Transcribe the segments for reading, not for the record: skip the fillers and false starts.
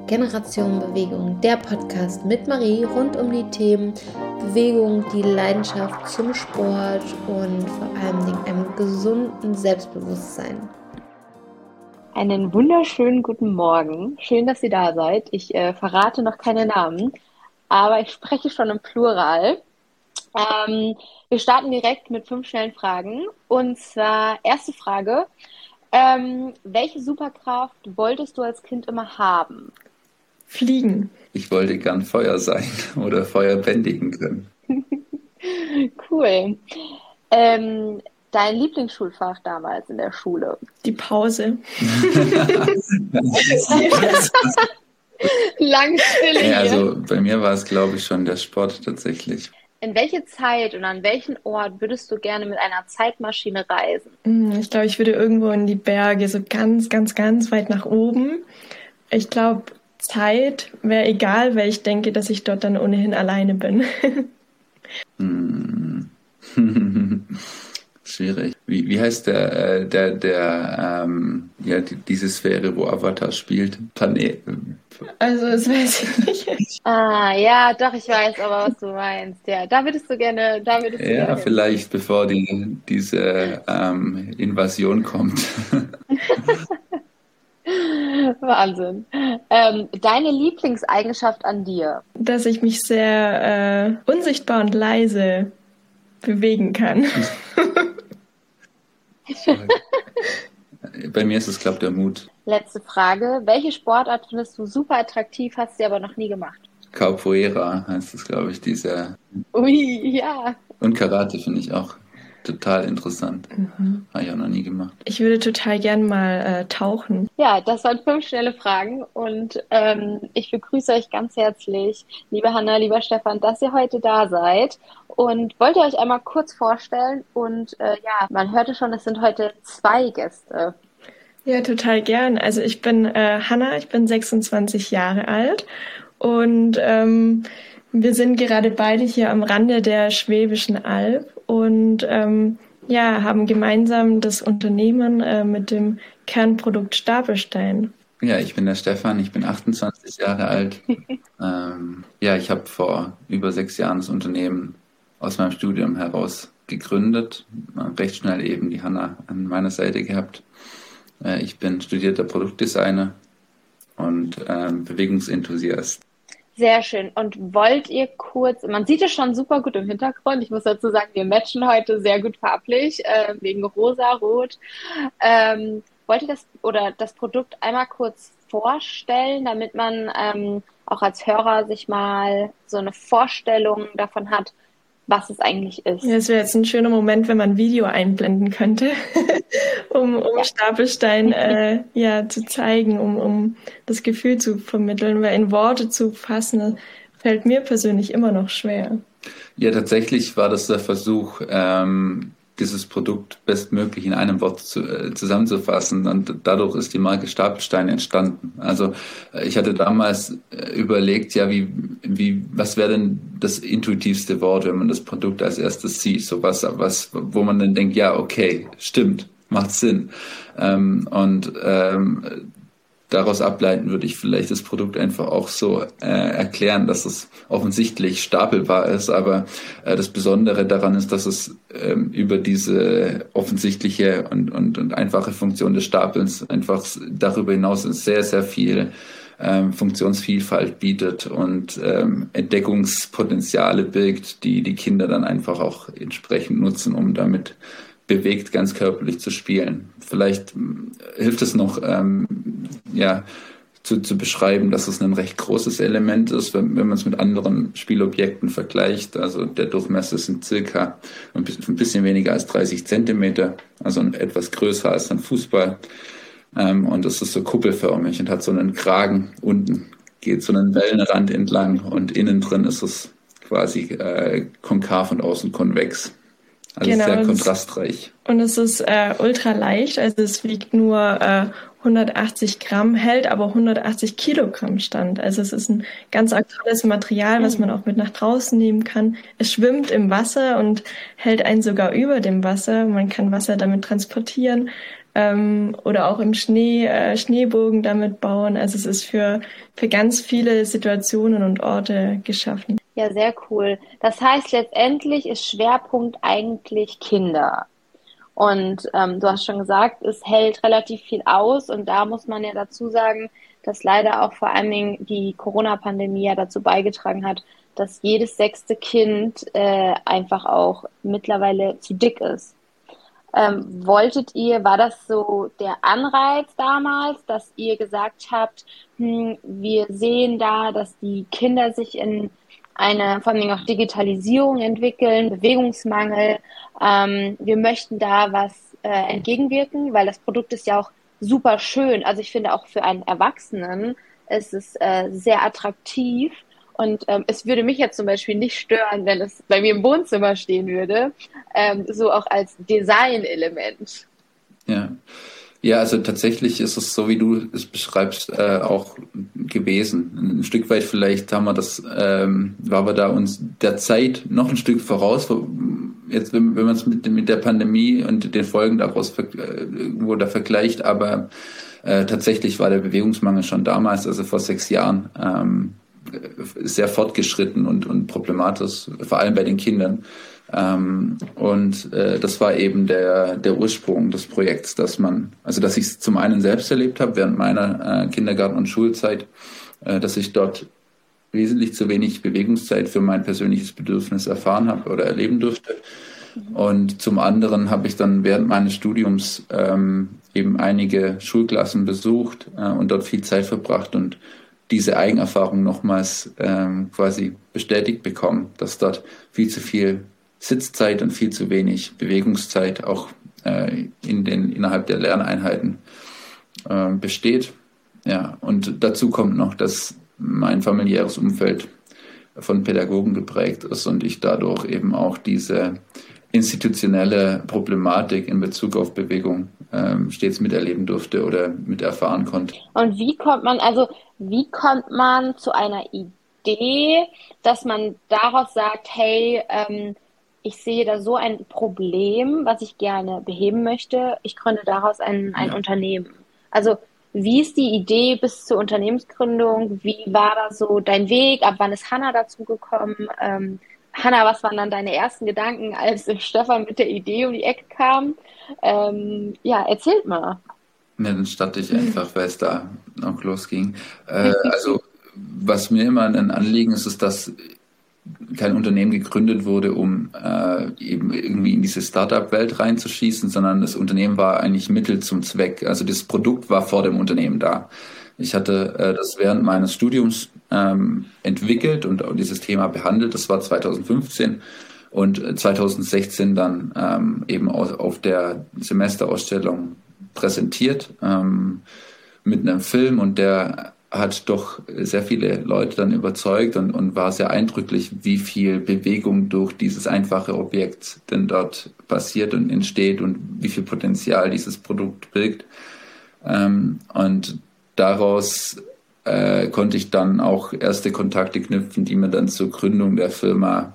Generation Bewegung, der Podcast mit Marie rund um die Themen Bewegung, die Leidenschaft zum Sport und vor allem einem gesunden Selbstbewusstsein. Einen wunderschönen guten Morgen. Schön, dass ihr da seid. Ich verrate noch keine Namen, aber ich spreche schon im Plural. Wir starten direkt mit 5 schnellen Fragen. Und zwar, erste Frage. Welche Superkraft wolltest du als Kind immer haben? Fliegen. Ich wollte gern Feuer sein oder Feuer bändigen können. Cool. Dein Lieblingsschulfach damals in der Schule? Die Pause. Langstille hier. Ja, also bei mir war es, glaube ich, schon der Sport tatsächlich. In welche Zeit und an welchen Ort würdest du gerne mit einer Zeitmaschine reisen? Ich glaube, ich würde irgendwo in die Berge, so ganz, ganz, ganz weit nach oben. Ich glaube, Zeit wäre egal, weil ich denke, dass ich dort dann ohnehin alleine bin. Schwierig. Wie heißt diese Sphäre, wo Avatar spielt? Planet. Also, das weiß ich nicht. Ja, doch, ich weiß aber, was du meinst. Ja, da würdest du gerne Ja, vielleicht bevor diese Invasion kommt. Wahnsinn. Deine Lieblingseigenschaft an dir? Dass ich mich sehr unsichtbar und leise bewegen kann. Bei mir ist es, glaube ich, der Mut. Letzte Frage. Welche Sportart findest du super attraktiv, hast sie aber noch nie gemacht? Capoeira heißt es, glaube ich, dieser. Ui, ja. Und Karate finde ich auch total interessant. Habe ich auch noch nie gemacht. Ich würde total gern mal tauchen. Ja, das waren 5 schnelle Fragen und ich begrüße euch ganz herzlich, liebe Hanna, lieber Stefan, dass ihr heute da seid und wollte euch einmal kurz vorstellen und man hörte schon, es sind heute 2 Gäste. Ja, total gern. Also ich bin Hanna, ich bin 26 Jahre alt und wir sind gerade beide hier am Rande der Schwäbischen Alb und haben gemeinsam das Unternehmen mit dem Kernprodukt Stapelstein. Ja, ich bin der Stefan, ich bin 28 Jahre alt. Ich habe vor über 6 Jahren das Unternehmen aus meinem Studium heraus gegründet. Recht schnell eben die Hanna an meiner Seite gehabt. Ich bin studierter Produktdesigner und Bewegungsenthusiast. Sehr schön. Und wollt ihr kurz, man sieht es schon super gut im Hintergrund, ich muss dazu sagen, wir matchen heute sehr gut farblich, wegen rosa-rot. Wollt ihr das Produkt einmal kurz vorstellen, damit man auch als Hörer sich mal so eine Vorstellung davon hat, was es eigentlich ist? Ja, es wäre jetzt ein schöner Moment, wenn man ein Video einblenden könnte, um Stapelstein zu zeigen, um das Gefühl zu vermitteln, weil in Worte zu fassen, fällt mir persönlich immer noch schwer. Ja, tatsächlich war das der Versuch, dieses Produkt bestmöglich in einem Wort zusammenzufassen, und dadurch ist die Marke Stapelstein entstanden. Also ich hatte damals überlegt, was wäre denn das intuitivste Wort, wenn man das Produkt als erstes sieht, so was, wo man dann denkt, ja, okay, stimmt, macht Sinn. Daraus ableiten würde ich vielleicht das Produkt einfach auch so erklären, dass es offensichtlich stapelbar ist, aber das Besondere daran ist, dass es über diese offensichtliche und einfache Funktion des Stapelns einfach darüber hinaus sehr, sehr viel Funktionsvielfalt bietet und Entdeckungspotenziale birgt, die Kinder dann einfach auch entsprechend nutzen, um damit bewegt ganz körperlich zu spielen. Vielleicht hilft es noch, zu beschreiben, dass es ein recht großes Element ist, wenn man es mit anderen Spielobjekten vergleicht. Also der Durchmesser sind circa ein bisschen weniger als 30 Zentimeter, also etwas größer als ein Fußball. Und es ist so kuppelförmig und hat so einen Kragen. Unten geht so einen Wellenrand entlang und innen drin ist es quasi konkav und außen konvex. Also genau, sehr kontrastreich. Und es ist ultra leicht, also es wiegt nur 180 Gramm, hält aber 180 Kilogramm Stand. Also es ist ein ganz aktuelles Material, was man auch mit nach draußen nehmen kann. Es schwimmt im Wasser und hält einen sogar über dem Wasser. Man kann Wasser damit transportieren. oder auch im Schnee Schneeburgen damit bauen. Also es ist für ganz viele Situationen und Orte geschaffen. Ja, sehr cool. Das heißt, letztendlich ist Schwerpunkt eigentlich Kinder. Und du hast schon gesagt, es hält relativ viel aus. Und da muss man ja dazu sagen, dass leider auch vor allen Dingen die Corona-Pandemie ja dazu beigetragen hat, dass jedes 6. Kind einfach auch mittlerweile zu dick ist. War das so der Anreiz damals, dass ihr gesagt habt, wir sehen da, dass die Kinder sich in vor allem auch Digitalisierung entwickeln, Bewegungsmangel. Wir möchten da was entgegenwirken, weil das Produkt ist ja auch super schön. Also ich finde auch für einen Erwachsenen ist es sehr attraktiv. Und es würde mich jetzt zum Beispiel nicht stören, wenn es bei mir im Wohnzimmer stehen würde, so auch als Designelement. Ja. Ja, also tatsächlich ist es so, wie du es beschreibst, auch gewesen. Ein Stück weit vielleicht waren wir da uns der Zeit noch ein Stück voraus. Jetzt, wenn man es mit der Pandemie und den Folgen daraus irgendwo da vergleicht, aber tatsächlich war der Bewegungsmangel schon damals, also vor 6 Jahren, sehr fortgeschritten und problematisch, vor allem bei den Kindern. Das war eben der Ursprung des Projekts, dass ich es zum einen selbst erlebt habe während meiner Kindergarten- und Schulzeit, dass ich dort wesentlich zu wenig Bewegungszeit für mein persönliches Bedürfnis erfahren habe oder erleben durfte. Und zum anderen habe ich dann während meines Studiums eben einige Schulklassen besucht und dort viel Zeit verbracht und diese Eigenerfahrung nochmals quasi bestätigt bekommen, dass dort viel zu viel Sitzzeit und viel zu wenig Bewegungszeit auch innerhalb der Lerneinheiten besteht. Ja, und dazu kommt noch, dass mein familiäres Umfeld von Pädagogen geprägt ist und ich dadurch eben auch diese institutionelle Problematik in Bezug auf Bewegung stets miterleben durfte oder miterfahren konnte. Und wie kommt man zu einer Idee, dass man daraus sagt, hey, ich sehe da so ein Problem, was ich gerne beheben möchte. Ich gründe daraus ein Unternehmen. Also wie ist die Idee bis zur Unternehmensgründung? Wie war da so dein Weg? Ab wann ist Hannah dazu gekommen? Hannah, was waren dann deine ersten Gedanken, als Stefan mit der Idee um die Ecke kam? Erzählt mal. Ja, dann starte ich einfach, weil es da auch losging. Also was mir immer ein Anliegen ist, dass kein Unternehmen gegründet wurde, um eben irgendwie in diese Startup-Welt reinzuschießen, sondern das Unternehmen war eigentlich Mittel zum Zweck. Also das Produkt war vor dem Unternehmen da. Ich hatte das während meines Studiums entwickelt und dieses Thema behandelt. Das war 2015 und 2016 dann eben auf der Semesterausstellung präsentiert mit einem Film, und der hat doch sehr viele Leute dann überzeugt und war sehr eindrücklich, wie viel Bewegung durch dieses einfache Objekt denn dort passiert und entsteht und wie viel Potenzial dieses Produkt birgt. Und daraus konnte ich dann auch erste Kontakte knüpfen, die mir dann zur Gründung der Firma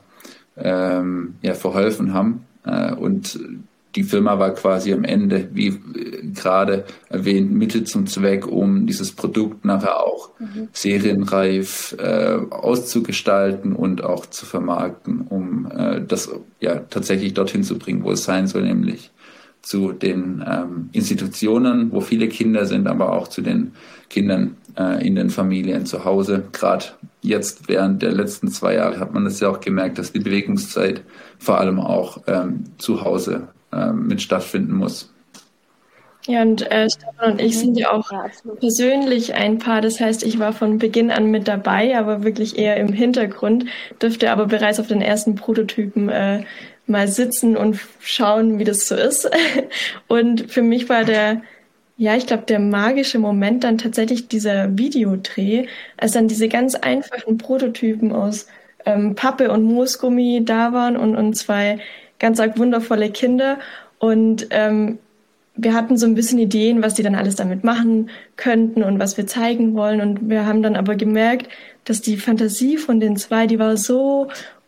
verholfen haben. Und die Firma war quasi am Ende, wie gerade erwähnt, Mittel zum Zweck, um dieses Produkt nachher auch serienreif auszugestalten und auch zu vermarkten, um das tatsächlich dorthin zu bringen, wo es sein soll, nämlich zu den Institutionen, wo viele Kinder sind, aber auch zu den Kindern in den Familien zu Hause. Gerade jetzt während der letzten 2 Jahre hat man das ja auch gemerkt, dass die Bewegungszeit vor allem auch zu Hause mit stattfinden muss. Ja, und Stefan und ich sind ja auch persönlich ein Paar. Das heißt, ich war von Beginn an mit dabei, aber wirklich eher im Hintergrund, durfte aber bereits auf den ersten Prototypen mal sitzen und schauen, wie das so ist. Und für mich war der magische Moment dann tatsächlich dieser Videodreh, als dann diese ganz einfachen Prototypen aus Pappe und Moosgummi da waren und 2 ganz arg wundervolle Kinder. Und wir hatten so ein bisschen Ideen, was die dann alles damit machen könnten und was wir zeigen wollen. Und wir haben dann aber gemerkt, dass die Fantasie von den 2, die war so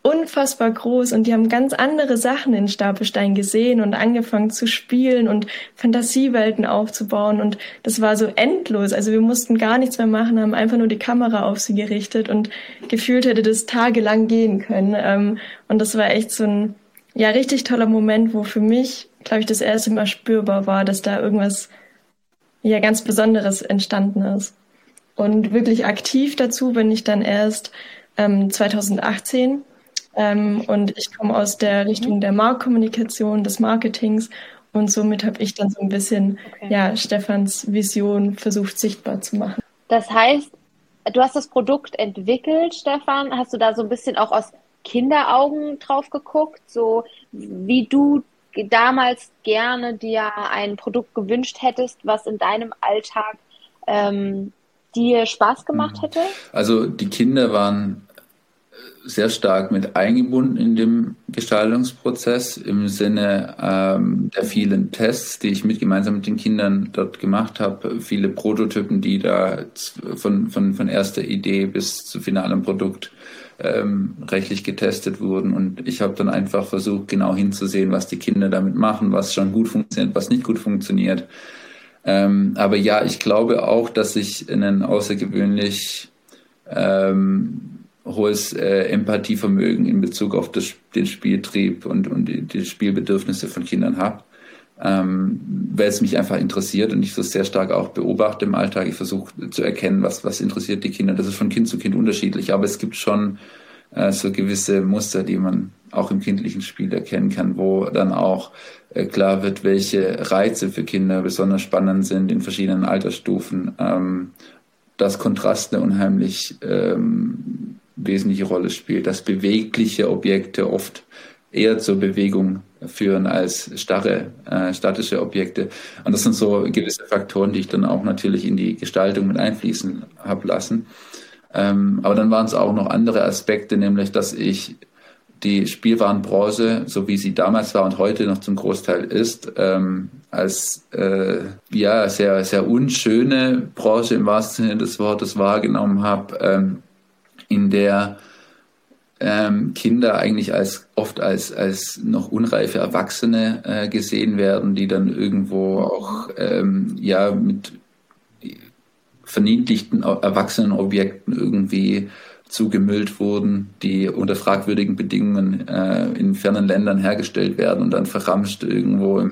unfassbar groß und die haben ganz andere Sachen in Stapelstein gesehen und angefangen zu spielen und Fantasiewelten aufzubauen und das war so endlos. Also wir mussten gar nichts mehr machen, haben einfach nur die Kamera auf sie gerichtet und gefühlt hätte das tagelang gehen können. Und das war echt so ein richtig toller Moment, wo für mich, glaube ich, das erste Mal spürbar war, dass da irgendwas ganz Besonderes entstanden ist. Und wirklich aktiv dazu bin ich dann erst 2018. Und ich komme aus der Richtung der Marktkommunikation, des Marketings und somit habe ich dann so ein bisschen Stefans Vision versucht sichtbar zu machen. Das heißt, du hast das Produkt entwickelt, Stefan. Hast du da so ein bisschen auch aus Kinderaugen drauf geguckt, so wie du damals gerne dir ein Produkt gewünscht hättest, was in deinem Alltag dir Spaß gemacht hätte? Also die Kinder waren sehr stark mit eingebunden in dem Gestaltungsprozess im Sinne der vielen Tests, die ich gemeinsam mit den Kindern dort gemacht habe, viele Prototypen, die da von erster Idee bis zu finalem Produkt rechtlich getestet wurden. Und ich habe dann einfach versucht, genau hinzusehen, was die Kinder damit machen, was schon gut funktioniert, was nicht gut funktioniert. Aber ja, ich glaube auch, dass ich einen außergewöhnlich hohes Empathievermögen in Bezug auf den Spieltrieb und die Spielbedürfnisse von Kindern habe, weil es mich einfach interessiert und ich das sehr stark auch beobachte im Alltag. Ich versuche zu erkennen, was interessiert die Kinder. Das ist von Kind zu Kind unterschiedlich, aber es gibt schon so gewisse Muster, die man auch im kindlichen Spiel erkennen kann, wo dann auch klar wird, welche Reize für Kinder besonders spannend sind in verschiedenen Altersstufen, dass Kontrast eine unheimlich wesentliche Rolle spielt, dass bewegliche Objekte oft eher zur Bewegung führen als statische Objekte. Und das sind so gewisse Faktoren, die ich dann auch natürlich in die Gestaltung mit einfließen habe lassen. Aber dann waren es auch noch andere Aspekte, nämlich, dass ich die Spielwarenbranche, so wie sie damals war und heute noch zum Großteil ist, als sehr, sehr unschöne Branche im wahrsten Sinne des Wortes wahrgenommen habe, in der Kinder eigentlich oft als noch unreife Erwachsene gesehen werden, die dann irgendwo auch mit verniedlichten Erwachsenenobjekten irgendwie zugemüllt wurden, die unter fragwürdigen Bedingungen in fernen Ländern hergestellt werden und dann verramscht irgendwo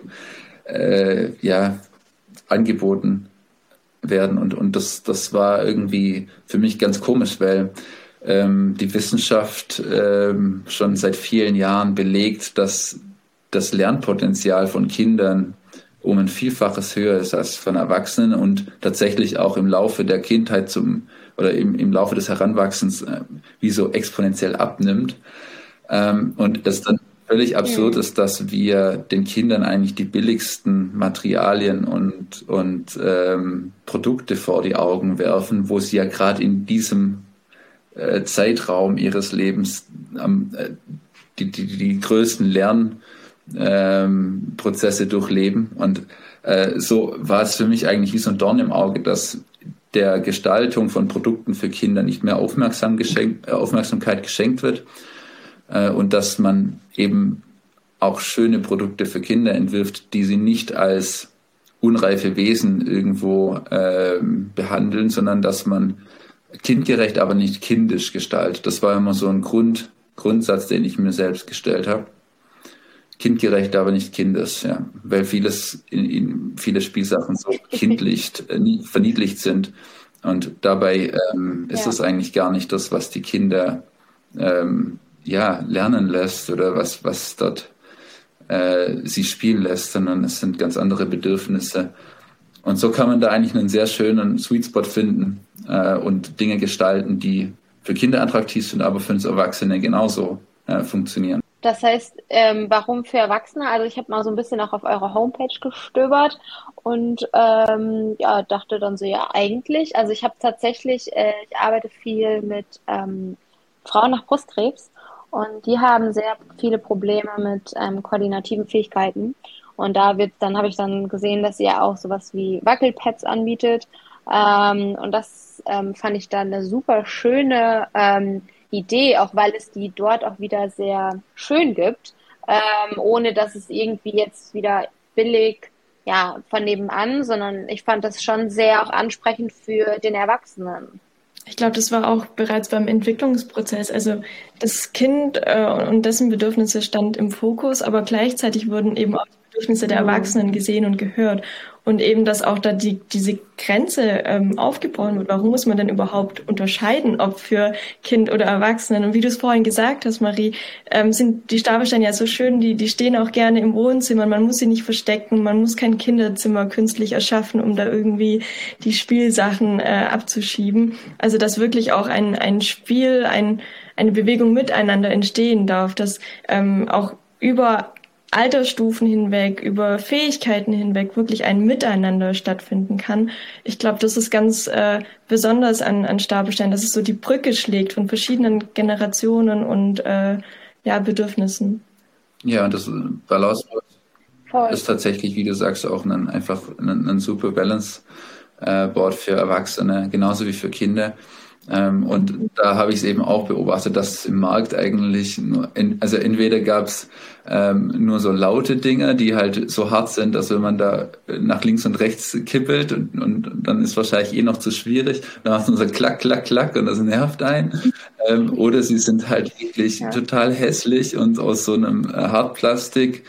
angeboten werden. Und das war irgendwie für mich ganz komisch, weil die Wissenschaft schon seit vielen Jahren belegt, dass das Lernpotenzial von Kindern um ein Vielfaches höher ist als von Erwachsenen und tatsächlich auch im Laufe der Kindheit im Laufe des Heranwachsens wie so exponentiell abnimmt. Und das dann völlig absurd ist, dass wir den Kindern eigentlich die billigsten Materialien und Produkte vor die Augen werfen, wo sie ja gerade in diesem Zeitraum ihres Lebens die größten Lernprozesse durchleben. Und so war es für mich eigentlich wie so ein Dorn im Auge, dass der Gestaltung von Produkten für Kinder nicht mehr Aufmerksamkeit geschenkt wird und dass man eben auch schöne Produkte für Kinder entwirft, die sie nicht als unreife Wesen irgendwo behandeln, sondern dass man kindgerecht, aber nicht kindisch gestaltet. Das war immer so ein Grundsatz, den ich mir selbst gestellt habe. Kindgerecht, aber nicht kindisch, ja, weil viele Spielsachen so verniedlicht sind und dabei ist es eigentlich gar nicht das, was die Kinder lernen lässt oder was dort sie spielen lässt, sondern es sind ganz andere Bedürfnisse. Und so kann man da eigentlich einen sehr schönen Sweet Spot finden und Dinge gestalten, die für Kinder attraktiv sind, aber für uns Erwachsene genauso funktionieren. Das heißt, warum für Erwachsene? Also ich habe mal so ein bisschen auch auf eurer Homepage gestöbert und dachte dann so, ja eigentlich. Also ich habe tatsächlich, ich arbeite viel mit Frauen nach Brustkrebs und die haben sehr viele Probleme mit koordinativen Fähigkeiten. Und dann habe ich dann gesehen, dass sie ja auch sowas wie Wackelpads anbietet. Und das fand ich dann eine super schöne Idee, auch weil es die dort auch wieder sehr schön gibt, ohne dass es irgendwie jetzt wieder billig, ja, von nebenan, sondern ich fand das schon sehr auch ansprechend für den Erwachsenen. Ich glaube, das war auch bereits beim Entwicklungsprozess. Also das Kind und dessen Bedürfnisse stand im Fokus, aber gleichzeitig wurden eben auch die Bedürfnisse der Erwachsenen gesehen und gehört. Und eben, dass auch da diese Grenze aufgebrochen wird. Warum muss man denn überhaupt unterscheiden, ob für Kind oder Erwachsenen? Und wie du es vorhin gesagt hast, Marie, sind die Stapelsteine ja so schön, die stehen auch gerne im Wohnzimmer. Man muss sie nicht verstecken, man muss kein Kinderzimmer künstlich erschaffen, um da irgendwie die Spielsachen abzuschieben. Also, dass wirklich auch ein Spiel, eine Bewegung miteinander entstehen darf, dass auch über Altersstufen hinweg, über Fähigkeiten hinweg wirklich ein Miteinander stattfinden kann. Ich glaube, das ist ganz besonders an Stapelstein, dass es so die Brücke schlägt von verschiedenen Generationen und Bedürfnissen. Ja, und das Balanceboard ist tatsächlich, wie du sagst, auch ein super Balance-Board für Erwachsene, genauso wie für Kinder. Und da habe ich es eben auch beobachtet, dass es im Markt eigentlich also entweder gab es nur so laute Dinger, die halt so hart sind, dass wenn man da nach links und rechts kippelt und dann ist wahrscheinlich noch zu schwierig, dann macht man so klack, klack, klack und das nervt einen. Oder sie sind halt wirklich total hässlich und aus so einem Hartplastik.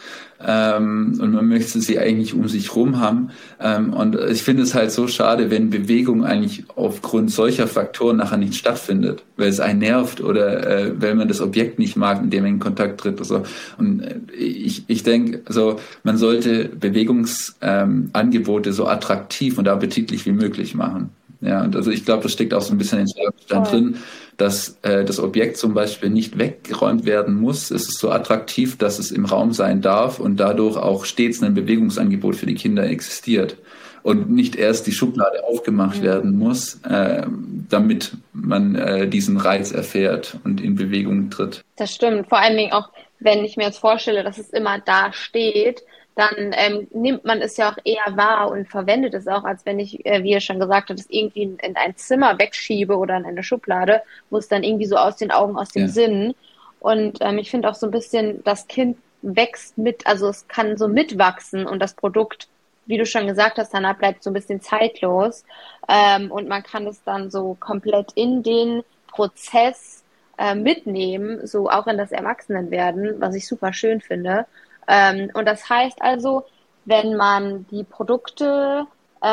Und man möchte sie eigentlich um sich rum haben. Und ich finde es halt so schade, wenn Bewegung eigentlich aufgrund solcher Faktoren nachher nicht stattfindet, weil es einen nervt oder weil man das Objekt nicht mag, mit dem man in Kontakt tritt oder so. Und ich denke, also man sollte Bewegungsangebote so attraktiv und appetitlich wie möglich machen. Ja, und also ich glaube, das steckt auch so ein bisschen in Stapelstein drin, dass das Objekt zum Beispiel nicht weggeräumt werden muss. Es ist so attraktiv, dass es im Raum sein darf und dadurch auch stets ein Bewegungsangebot für die Kinder existiert und nicht erst die Schublade aufgemacht werden muss, damit man diesen Reiz erfährt und in Bewegung tritt. Das stimmt. Vor allen Dingen auch, wenn ich mir jetzt vorstelle, dass es immer da steht, dann nimmt man es ja auch eher wahr und verwendet es auch, als wenn ich, wie ihr schon gesagt habt, es irgendwie in ein Zimmer wegschiebe oder in eine Schublade, wo es dann irgendwie so aus den Augen, aus dem Sinn. Und ich finde auch so ein bisschen, das Kind wächst mit, also es kann so mitwachsen und das Produkt, wie du schon gesagt hast, Hannah, bleibt so ein bisschen zeitlos. Und man kann es dann so komplett in den Prozess mitnehmen, so auch in das Erwachsenenwerden, was ich super schön finde. Und das heißt also, wenn man die Produkte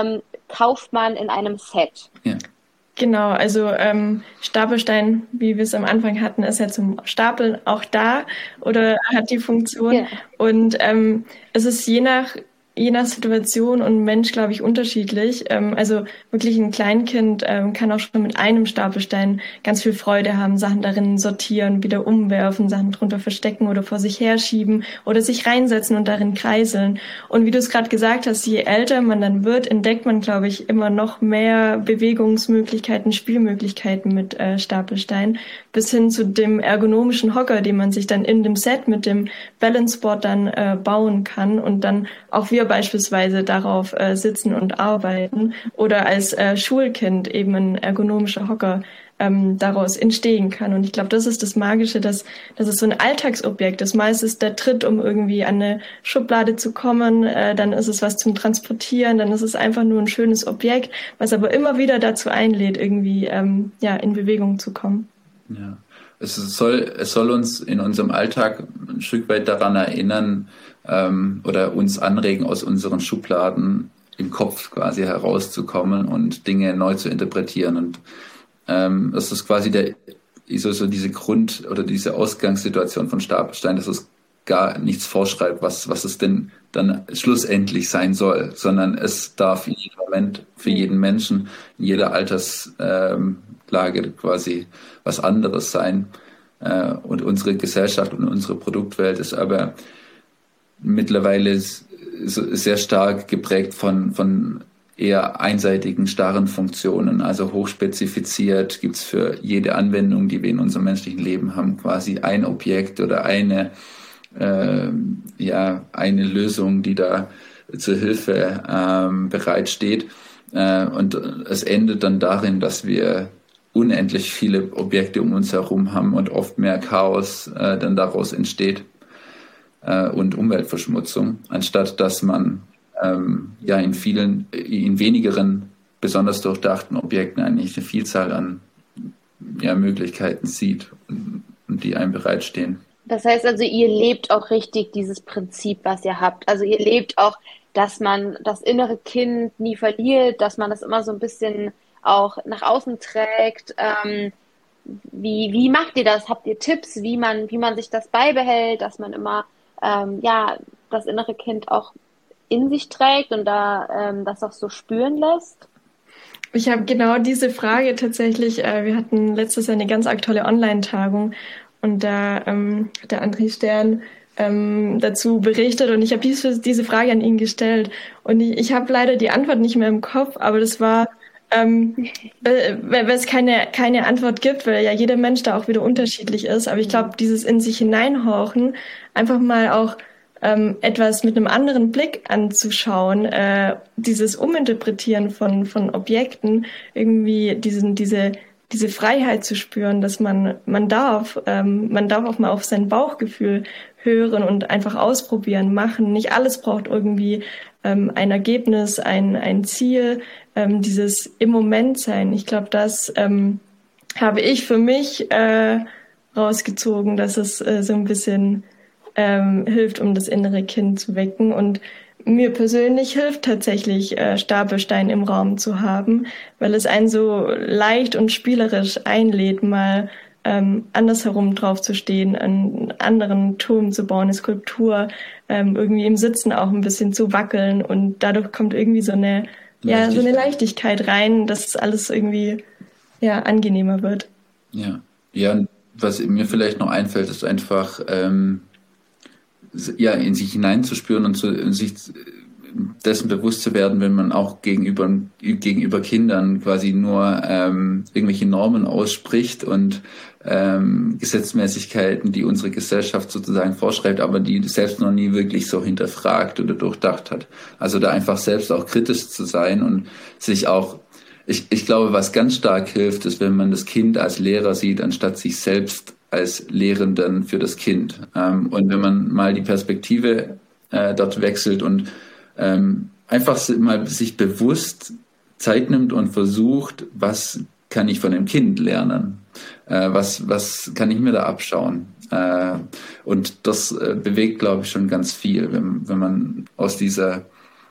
kauft man in einem Set. Ja. Genau, also Stapelstein, wie wir es am Anfang hatten, ist ja zum Stapeln auch da oder hat die Funktion. Ja. Und es ist je nach Situation und Mensch, glaube ich, unterschiedlich. Also wirklich ein Kleinkind kann auch schon mit einem Stapelstein ganz viel Freude haben, Sachen darin sortieren, wieder umwerfen, Sachen drunter verstecken oder vor sich herschieben oder sich reinsetzen und darin kreiseln. Und wie du es gerade gesagt hast, je älter man dann wird, entdeckt man, glaube ich, immer noch mehr Bewegungsmöglichkeiten, Spielmöglichkeiten mit Stapelstein, bis hin zu dem ergonomischen Hocker, den man sich dann in dem Set mit dem Balanceboard dann bauen kann und dann auch wir beispielsweise darauf sitzen und arbeiten oder als Schulkind eben ein ergonomischer Hocker daraus entstehen kann. Und ich glaube, das ist das Magische, dass es so ein Alltagsobjekt ist. Meist ist der Tritt, um irgendwie an eine Schublade zu kommen, dann ist es was zum Transportieren, dann ist es einfach nur ein schönes Objekt, was aber immer wieder dazu einlädt, irgendwie in Bewegung zu kommen. Ja. Es soll uns in unserem Alltag ein Stück weit daran erinnern oder uns anregen, aus unseren Schubladen im Kopf quasi herauszukommen und Dinge neu zu interpretieren. Und das ist quasi diese Grund- oder diese Ausgangssituation von Stapelstein, dass es gar nichts vorschreibt, was es denn dann schlussendlich sein soll, sondern es darf in jedem Moment für jeden Menschen, in jeder Alterslage quasi was anderes sein. Und unsere Gesellschaft und unsere Produktwelt ist aber mittlerweile sehr stark geprägt von eher einseitigen, starren Funktionen, also hochspezifiziert gibt's für jede Anwendung, die wir in unserem menschlichen Leben haben, quasi ein Objekt oder eine Lösung, die da zur Hilfe bereitsteht. Und es endet dann darin, dass wir unendlich viele Objekte um uns herum haben und oft mehr Chaos dann daraus entsteht und Umweltverschmutzung, anstatt dass man in wenigeren, besonders durchdachten Objekten eigentlich eine Vielzahl an Möglichkeiten sieht und die einem bereitstehen. Das heißt also, ihr lebt auch richtig dieses Prinzip, was ihr habt. Also ihr lebt auch, dass man das innere Kind nie verliert, dass man das immer so ein bisschen auch nach außen trägt. Wie macht ihr das? Habt ihr Tipps, wie man sich das beibehält, dass man immer das innere Kind auch in sich trägt und da das auch so spüren lässt? Ich habe genau diese Frage tatsächlich, wir hatten letztes Jahr eine ganz aktuelle Online-Tagung und da hat der André Stern dazu berichtet und ich habe diese Frage an ihn gestellt und ich habe leider die Antwort nicht mehr im Kopf, aber das war, weil es keine Antwort gibt, weil ja jeder Mensch da auch wieder unterschiedlich ist, aber ich glaube, dieses in sich hineinhorchen, einfach mal auch etwas mit einem anderen Blick anzuschauen, dieses Uminterpretieren von Objekten, irgendwie diese Freiheit zu spüren, dass man darf auch mal auf sein Bauchgefühl hören und einfach ausprobieren, machen. Nicht alles braucht irgendwie ein Ergebnis, ein Ziel, dieses im Moment sein. Ich glaube, das habe ich für mich rausgezogen, dass es so ein bisschen hilft, um das innere Kind zu wecken. Und mir persönlich hilft tatsächlich, Stapelstein im Raum zu haben, weil es einen so leicht und spielerisch einlädt, mal andersherum drauf zu stehen, einen anderen Turm zu bauen, eine Skulptur, irgendwie im Sitzen auch ein bisschen zu wackeln und dadurch kommt irgendwie so eine Leichtigkeit rein, dass es alles irgendwie angenehmer wird. Ja, und was mir vielleicht noch einfällt, ist einfach in sich hineinzuspüren und sich dessen bewusst zu werden, wenn man auch gegenüber Kindern quasi nur irgendwelche Normen ausspricht und Gesetzmäßigkeiten, die unsere Gesellschaft sozusagen vorschreibt, aber die selbst noch nie wirklich so hinterfragt oder durchdacht hat. Also da einfach selbst auch kritisch zu sein und sich auch, ich glaube, was ganz stark hilft, ist, wenn man das Kind als Lehrer sieht, anstatt sich selbst als Lehrenden für das Kind. Und wenn man mal die Perspektive dort wechselt und einfach mal sich bewusst Zeit nimmt und versucht, was kann ich von dem Kind lernen? Was kann ich mir da abschauen? Und das bewegt, glaube ich, schon ganz viel, wenn man aus dieser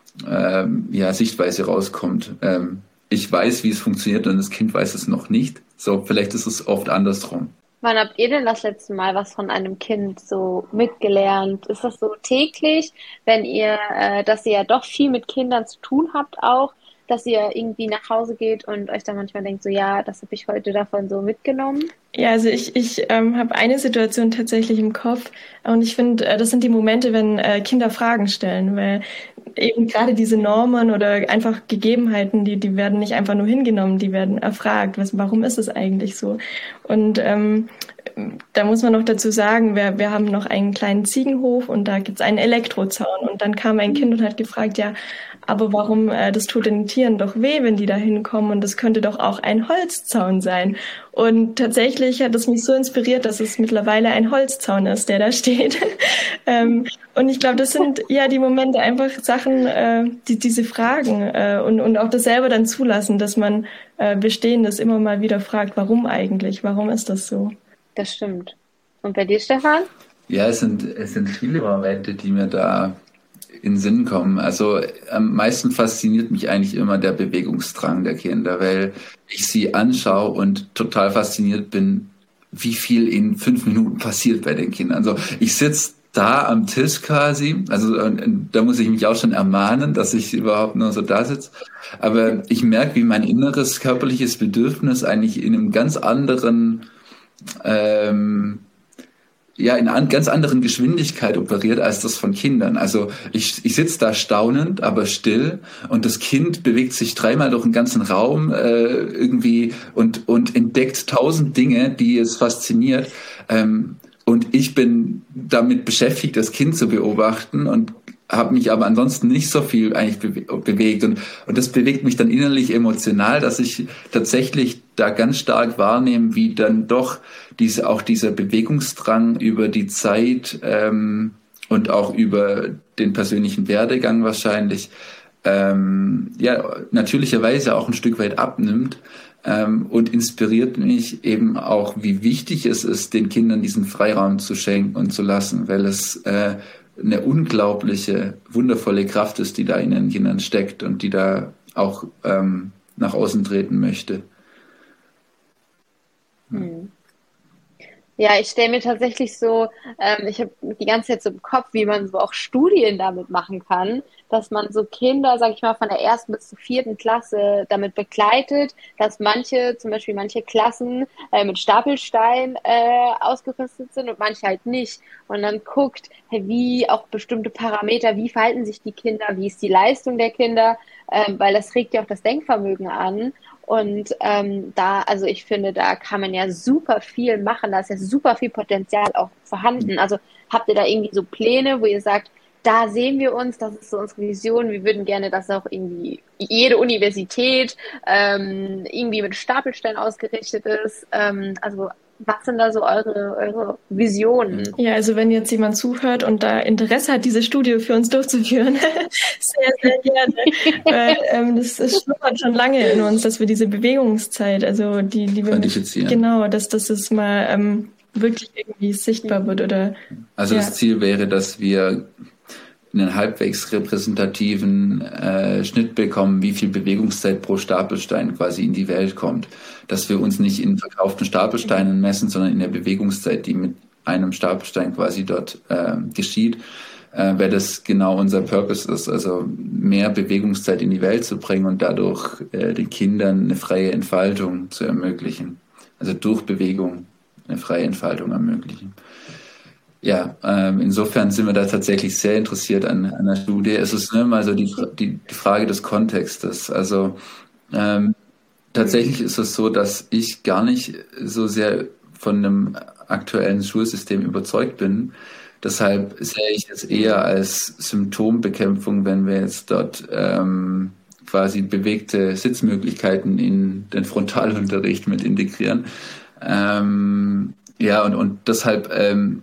Sichtweise rauskommt. Ich weiß, wie es funktioniert und das Kind weiß es noch nicht. So, vielleicht ist es oft andersrum. Wann habt ihr denn das letzte Mal was von einem Kind so mitgelernt? Ist das so täglich, dass ihr ja doch viel mit Kindern zu tun habt auch, dass ihr irgendwie nach Hause geht und euch dann manchmal denkt, so ja, das habe ich heute davon so mitgenommen? Ja, also ich habe eine Situation tatsächlich im Kopf und ich finde, das sind die Momente, wenn Kinder Fragen stellen, weil eben gerade diese Normen oder einfach Gegebenheiten, die werden nicht einfach nur hingenommen, die werden erfragt, warum ist es eigentlich so? Und da muss man noch dazu sagen, wir haben noch einen kleinen Ziegenhof und da gibt's einen Elektrozaun und dann kam ein Kind und hat gefragt, ja, aber warum, das tut den Tieren doch weh, wenn die da hinkommen und das könnte doch auch ein Holzzaun sein. Und tatsächlich hat es mich so inspiriert, dass es mittlerweile ein Holzzaun ist, der da steht. Und ich glaube, das sind ja die Momente, einfach Sachen, diese Fragen und auch das selber dann zulassen, dass man Bestehendes immer mal wieder fragt, warum eigentlich, warum ist das so? Das stimmt. Und bei dir, Stefan? Ja, es sind viele Momente, die mir da in den Sinn kommen. Also am meisten fasziniert mich eigentlich immer der Bewegungsdrang der Kinder, weil ich sie anschaue und total fasziniert bin, wie viel in 5 Minuten passiert bei den Kindern. Also ich sitze da am Tisch quasi, also da muss ich mich auch schon ermahnen, dass ich überhaupt nur so da sitze. Aber ich merke, wie mein inneres körperliches Bedürfnis eigentlich in einem ganz anderen in einer ganz anderen Geschwindigkeit operiert als das von Kindern. Also ich sitze da staunend, aber still und das Kind bewegt sich 3-mal durch den ganzen Raum irgendwie und entdeckt 1000 Dinge, die es fasziniert. Und ich bin damit beschäftigt, das Kind zu beobachten und habe mich aber ansonsten nicht so viel eigentlich bewegt. Und das bewegt mich dann innerlich emotional, dass ich tatsächlich da ganz stark wahrnehme, wie dann doch dieser Bewegungsdrang über die Zeit und auch über den persönlichen Werdegang wahrscheinlich natürlicherweise auch ein Stück weit abnimmt. Und inspiriert mich eben auch, wie wichtig es ist, den Kindern diesen Freiraum zu schenken und zu lassen, weil es eine unglaubliche, wundervolle Kraft ist, die da in den Kindern steckt und die da auch nach außen treten möchte. Ja, ich stelle mir tatsächlich so, ich habe die ganze Zeit so im Kopf, wie man so auch Studien damit machen kann, dass man so Kinder, sag ich mal, von der 1. bis zur 4. Klasse damit begleitet, dass zum Beispiel manche Klassen mit Stapelstein ausgerüstet sind und manche halt nicht. Und dann guckt, wie auch bestimmte Parameter, wie verhalten sich die Kinder, wie ist die Leistung der Kinder, weil das regt ja auch das Denkvermögen an. Und also ich finde, da kann man ja super viel machen, da ist ja super viel Potenzial auch vorhanden. Also habt ihr da irgendwie so Pläne, wo ihr sagt, da sehen wir uns, das ist so unsere Vision, wir würden gerne, dass auch irgendwie jede Universität irgendwie mit Stapelstein ausgerichtet ist. Also was sind da so eure Visionen? Ja, also wenn jetzt jemand zuhört und da Interesse hat, diese Studie für uns durchzuführen, sehr, sehr gerne. Weil das schlummert schon lange in uns, dass wir diese Bewegungszeit, also die quantifizieren. Genau, dass das mal wirklich irgendwie sichtbar wird. Also das Ziel wäre, dass wir einen halbwegs repräsentativen Schnitt bekommen, wie viel Bewegungszeit pro Stapelstein quasi in die Welt kommt. Dass wir uns nicht in verkauften Stapelsteinen messen, sondern in der Bewegungszeit, die mit einem Stapelstein quasi dort geschieht, weil das genau unser Purpose ist, also mehr Bewegungszeit in die Welt zu bringen und dadurch den Kindern eine freie Entfaltung zu ermöglichen. Also durch Bewegung eine freie Entfaltung ermöglichen. Ja, insofern sind wir da tatsächlich sehr interessiert an der Studie. Es ist nur mal so die Frage des Kontextes. Also tatsächlich ist es so, dass ich gar nicht so sehr von einem aktuellen Schulsystem überzeugt bin. Deshalb sehe ich es eher als Symptombekämpfung, wenn wir jetzt dort quasi bewegte Sitzmöglichkeiten in den Frontalunterricht mit integrieren. Und deshalb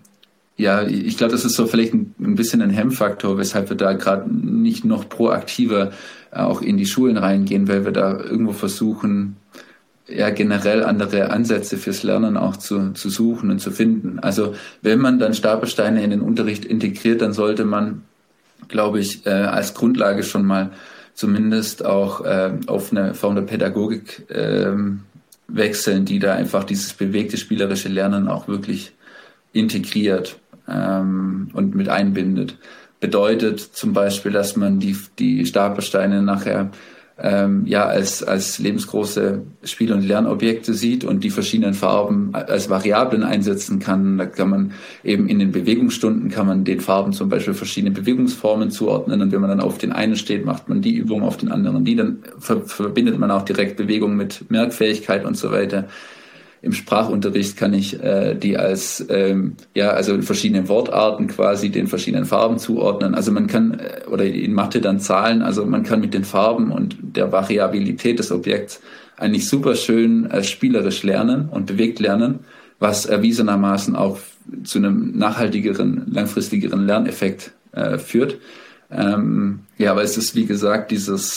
ich glaube, das ist so vielleicht ein bisschen ein Hemmfaktor, weshalb wir da gerade nicht noch proaktiver auch in die Schulen reingehen, weil wir da irgendwo versuchen, generell andere Ansätze fürs Lernen auch zu suchen und zu finden. Also wenn man dann Stapelsteine in den Unterricht integriert, dann sollte man, glaube ich, als Grundlage schon mal zumindest auch auf eine Form der Pädagogik wechseln, die da einfach dieses bewegte, spielerische Lernen auch wirklich integriert und mit einbindet. Bedeutet zum Beispiel, dass man die Stapelsteine nachher als lebensgroße Spiel- und Lernobjekte sieht und die verschiedenen Farben als Variablen einsetzen kann. Da kann man eben in den Bewegungsstunden den Farben zum Beispiel verschiedene Bewegungsformen zuordnen und wenn man dann auf den einen steht, macht man die Übung, auf den anderen die. Dann verbindet man auch direkt Bewegung mit Merkfähigkeit und so weiter. Im Sprachunterricht kann ich die als also verschiedene Wortarten quasi den verschiedenen Farben zuordnen. Also man kann oder in Mathe dann Zahlen. Also man kann mit den Farben und der Variabilität des Objekts eigentlich super schön spielerisch lernen und bewegt lernen, was erwiesenermaßen auch zu einem nachhaltigeren, langfristigeren Lerneffekt führt. Aber es ist wie gesagt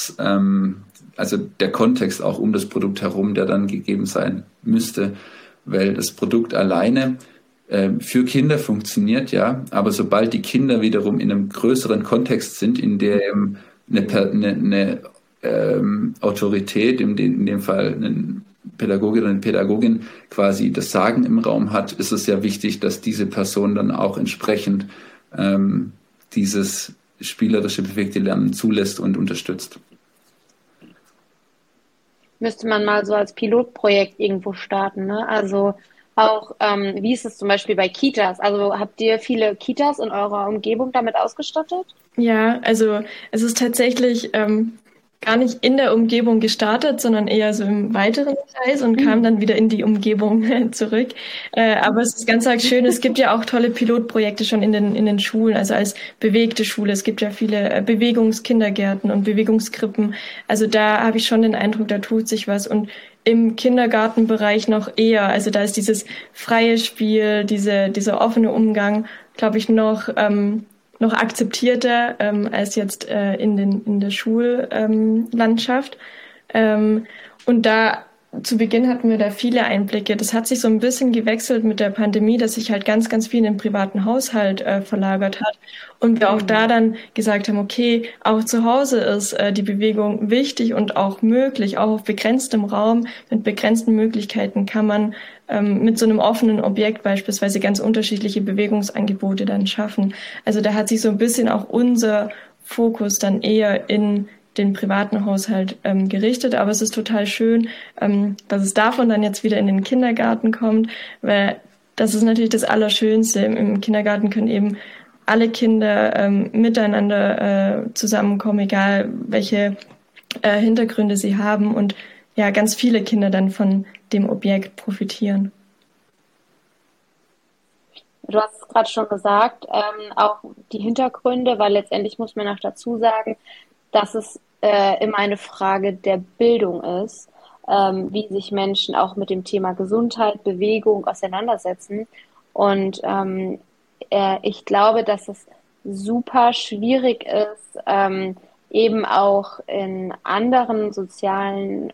also der Kontext auch um das Produkt herum, der dann gegeben sein müsste, weil das Produkt alleine für Kinder funktioniert, ja, aber sobald die Kinder wiederum in einem größeren Kontext sind, in dem eine Autorität, in dem Fall eine Pädagogin oder eine Pädagogin quasi das Sagen im Raum hat, ist es ja wichtig, dass diese Person dann auch entsprechend dieses spielerische, bewegte Lernen zulässt und unterstützt. Müsste man mal so als Pilotprojekt irgendwo starten, ne? Also auch, wie ist es zum Beispiel bei Kitas? Also habt ihr viele Kitas in eurer Umgebung damit ausgestattet? Ja, also es ist tatsächlich gar nicht in der Umgebung gestartet, sondern eher so im weiteren Kreis und kam dann wieder in die Umgebung zurück. Aber es ist ganz arg schön. Es gibt ja auch tolle Pilotprojekte schon in den Schulen, also als bewegte Schule. Es gibt ja viele Bewegungskindergärten und Bewegungskrippen. Also da habe ich schon den Eindruck, da tut sich was. Und im Kindergartenbereich noch eher. Also da ist dieses freie Spiel, dieser offene Umgang, glaube ich, noch akzeptierter als jetzt in der Schullandschaft. Und da zu Beginn hatten wir da viele Einblicke. Das hat sich so ein bisschen gewechselt mit der Pandemie, dass sich halt ganz, ganz viel in den privaten Haushalt verlagert hat. Und wir auch da dann gesagt haben, okay, auch zu Hause ist die Bewegung wichtig und auch möglich. Auch auf begrenztem Raum, mit begrenzten Möglichkeiten kann man mit so einem offenen Objekt beispielsweise ganz unterschiedliche Bewegungsangebote dann schaffen. Also da hat sich so ein bisschen auch unser Fokus dann eher in den privaten Haushalt gerichtet. Aber es ist total schön, dass es davon dann jetzt wieder in den Kindergarten kommt, weil das ist natürlich das Allerschönste. Im Kindergarten können eben alle Kinder miteinander zusammenkommen, egal welche Hintergründe sie haben und ja, ganz viele Kinder dann von dem Objekt profitieren. Du hast es gerade schon gesagt, auch die Hintergründe, weil letztendlich muss man auch dazu sagen, dass es immer eine Frage der Bildung ist, wie sich Menschen auch mit dem Thema Gesundheit, Bewegung auseinandersetzen. Und ich glaube, dass es super schwierig ist, eben auch in anderen sozialen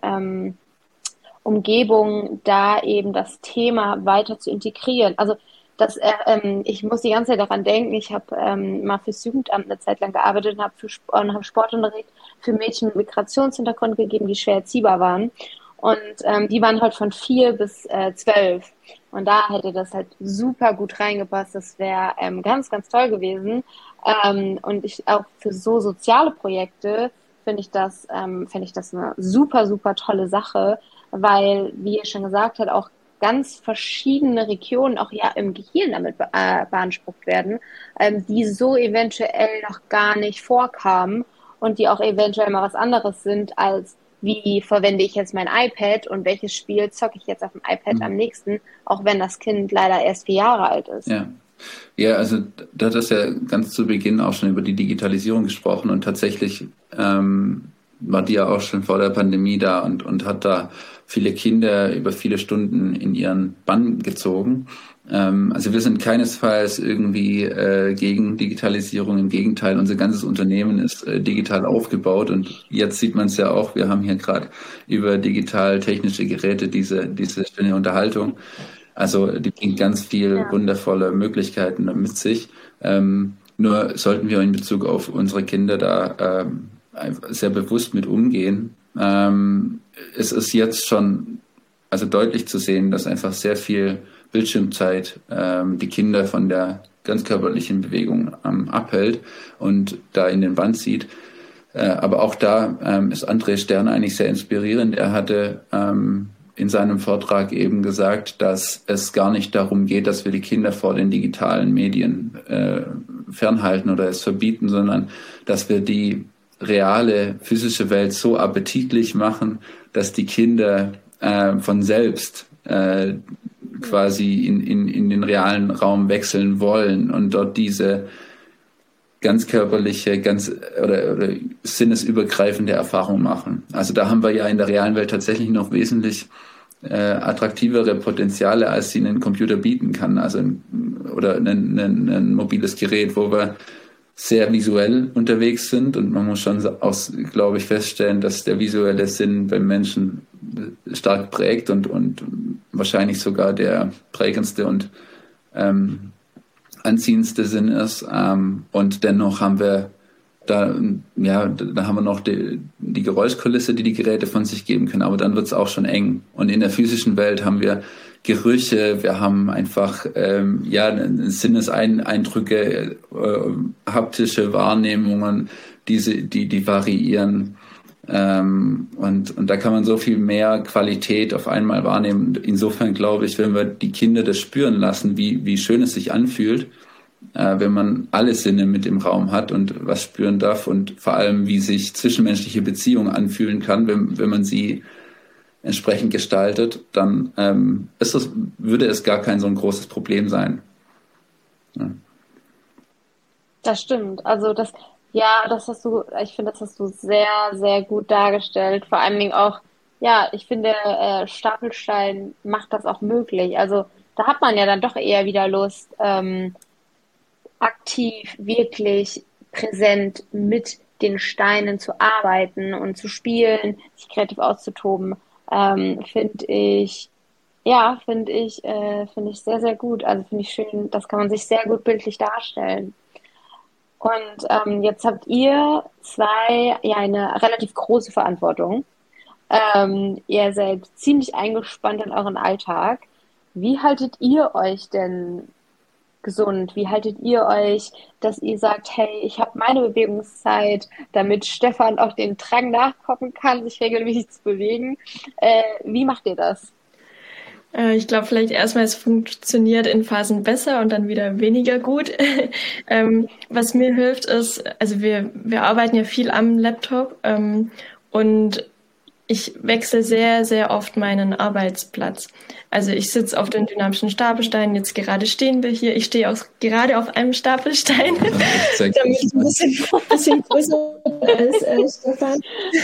Umgebungen da eben das Thema weiter zu integrieren. Also ich muss die ganze Zeit daran denken, ich habe mal fürs Jugendamt eine Zeit lang gearbeitet und habe Sportunterricht für Mädchen mit Migrationshintergrund gegeben, die schwer erziehbar waren. Und die waren halt von 4 bis 12. Und da hätte das halt super gut reingepasst. Das wäre ganz, ganz toll gewesen. Und ich auch für so soziale Projekte finde ich das eine super, super tolle Sache, weil, wie ihr schon gesagt habt, auch ganz verschiedene Regionen auch ja im Gehirn damit beansprucht werden, die so eventuell noch gar nicht vorkamen und die auch eventuell mal was anderes sind als wie verwende ich jetzt mein iPad und welches Spiel zocke ich jetzt auf dem iPad am nächsten, auch wenn das Kind leider erst 4 Jahre alt ist. Ja, also da hat das ja ganz zu Beginn auch schon über die Digitalisierung gesprochen und tatsächlich war die ja auch schon vor der Pandemie da und hat da viele Kinder über viele Stunden in ihren Bann gezogen. Also wir sind keinesfalls irgendwie gegen Digitalisierung. Im Gegenteil, unser ganzes Unternehmen ist digital aufgebaut und jetzt sieht man es ja auch. Wir haben hier gerade über digital-technische Geräte diese schöne Unterhaltung. Also die bringt ganz viel wundervolle Möglichkeiten mit sich. Nur sollten wir in Bezug auf unsere Kinder da sehr bewusst mit umgehen. Es ist jetzt schon also deutlich zu sehen, dass einfach sehr viel Bildschirmzeit die Kinder von der ganzkörperlichen Bewegung abhält und da in den Bann zieht. Aber auch da ist André Stern eigentlich sehr inspirierend. Er hatte in seinem Vortrag eben gesagt, dass es gar nicht darum geht, dass wir die Kinder vor den digitalen Medien fernhalten oder es verbieten, sondern dass wir die reale physische Welt so appetitlich machen, dass die Kinder von selbst quasi in den realen Raum wechseln wollen und dort diese ganz körperliche, oder sinnesübergreifende Erfahrung machen. Also da haben wir ja in der realen Welt tatsächlich noch wesentlich attraktivere Potenziale, als sie ein Computer bieten kann. Also oder ein mobiles Gerät, wo wir sehr visuell unterwegs sind und man muss schon auch, glaube ich, feststellen, dass der visuelle Sinn beim Menschen stark prägt und wahrscheinlich sogar der prägendste und anziehendste Sinn ist. Und dennoch haben wir da haben wir noch die Geräuschkulisse, die Geräte von sich geben können, aber dann wird es auch schon eng. Und in der physischen Welt haben wir Gerüche, wir haben einfach Sinneseindrücke, haptische Wahrnehmungen, die variieren. Und da kann man so viel mehr Qualität auf einmal wahrnehmen. Insofern glaube ich, wenn wir die Kinder das spüren lassen, wie schön es sich anfühlt, wenn man alle Sinne mit im Raum hat und was spüren darf und vor allem, wie sich zwischenmenschliche Beziehungen anfühlen kann, wenn man sie entsprechend gestaltet, dann würde es gar kein so ein großes Problem sein. Ja. Das stimmt. Also das hast du sehr, sehr gut dargestellt. Vor allen Dingen auch, ja, ich finde, Stapelstein macht das auch möglich. Also da hat man ja dann doch eher wieder Lust, aktiv, wirklich präsent mit den Steinen zu arbeiten und zu spielen, sich kreativ auszutoben, finde ich, ja, finde ich sehr, sehr gut. Also finde ich schön, das kann man sich sehr gut bildlich darstellen. Und jetzt habt ihr zwei ja eine relativ große Verantwortung. Ihr seid ziemlich eingespannt in euren Alltag. Wie haltet ihr euch denn gesund? Wie haltet ihr euch, dass ihr sagt, hey, ich habe meine Bewegungszeit, damit Stefan auch den Drang nachkommen kann, sich regelmäßig zu bewegen? Wie macht ihr das? Ich glaube vielleicht erstmal, es funktioniert in Phasen besser und dann wieder weniger gut. Was mir hilft ist, also wir arbeiten ja viel am Laptop und ich wechsle sehr, sehr oft meinen Arbeitsplatz. Also ich sitze auf den dynamischen Stapelsteinen, jetzt gerade stehen wir hier. Ich stehe auch gerade auf einem Stapelstein, damit ich ein bisschen größer als Stefan.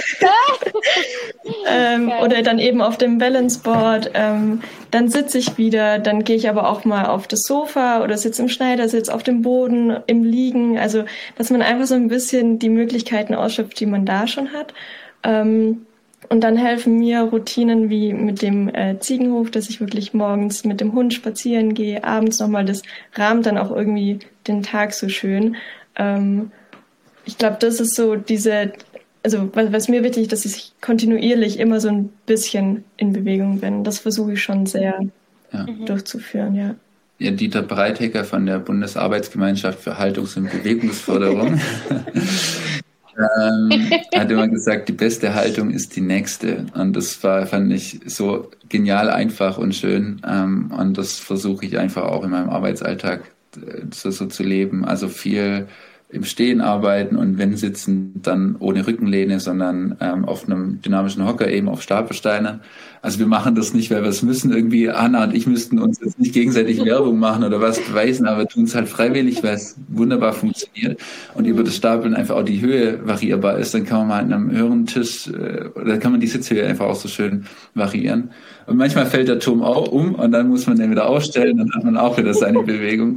Oder dann eben auf dem Balanceboard. Dann sitze ich wieder, dann gehe ich aber auch mal auf das Sofa oder sitze im Schneidersitz auf dem Boden, im Liegen. Also dass man einfach so ein bisschen die Möglichkeiten ausschöpft, die man da schon hat. Und dann helfen mir Routinen wie mit dem Ziegenhof, dass ich wirklich morgens mit dem Hund spazieren gehe, abends nochmal, das rahmt dann auch irgendwie den Tag so schön. Ich glaube, das ist so also was mir wichtig ist, dass ich kontinuierlich immer so ein bisschen in Bewegung bin. Das versuche ich schon sehr durchzuführen, ja. Ja, Dieter Breithecker von der Bundesarbeitsgemeinschaft für Haltungs- und Bewegungsförderung hat immer gesagt, die beste Haltung ist die nächste. Und das fand ich so genial einfach und schön. Und das versuche ich einfach auch in meinem Arbeitsalltag so zu leben. Also viel im Stehen arbeiten und wenn sitzen, dann ohne Rückenlehne, sondern auf einem dynamischen Hocker eben auf Stapelsteinen. Also wir machen das nicht, weil wir es müssen irgendwie, Anna und ich müssten uns jetzt nicht gegenseitig Werbung machen oder was beweisen, aber tun es halt freiwillig, weil es wunderbar funktioniert und über das Stapeln einfach auch die Höhe variierbar ist. Dann kann man mal an einem höheren Tisch oder kann man die Sitzhöhe einfach auch so schön variieren. Und manchmal fällt der Turm auch um und dann muss man den wieder aufstellen, dann hat man auch wieder seine Bewegung.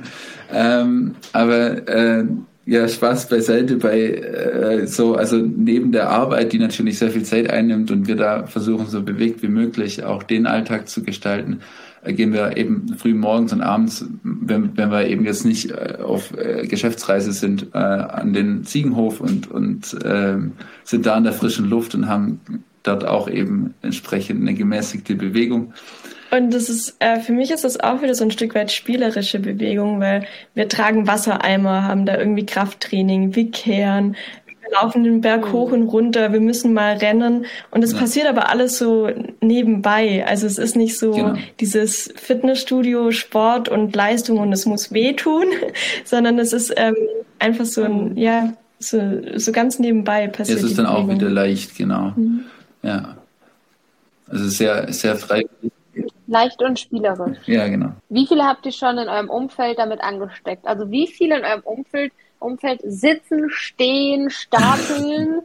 Ja, Spaß beiseite also neben der Arbeit, die natürlich sehr viel Zeit einnimmt und wir da versuchen, so bewegt wie möglich auch den Alltag zu gestalten, gehen wir eben früh morgens und abends, wenn wir eben jetzt nicht auf Geschäftsreise sind, an den Ziegenhof und sind da in der frischen Luft und haben dort auch eben entsprechend eine gemäßigte Bewegung. Und das ist, für mich ist das auch wieder so ein Stück weit spielerische Bewegung, weil wir tragen Wassereimer, haben da irgendwie Krafttraining, wir kehren, wir laufen den Berg hoch und runter, wir müssen mal rennen und es passiert aber alles so nebenbei. Also es ist nicht so dieses Fitnessstudio, Sport und Leistung und es muss wehtun, sondern es ist einfach so ein, so ganz nebenbei passiert. Es ist dann auch wieder leicht, genau. Ja. Also sehr, sehr freiwillig. Leicht und spielerisch. Ja, genau. Wie viele habt ihr schon in eurem Umfeld damit angesteckt? Also wie viele in eurem Umfeld sitzen, stehen, stapeln?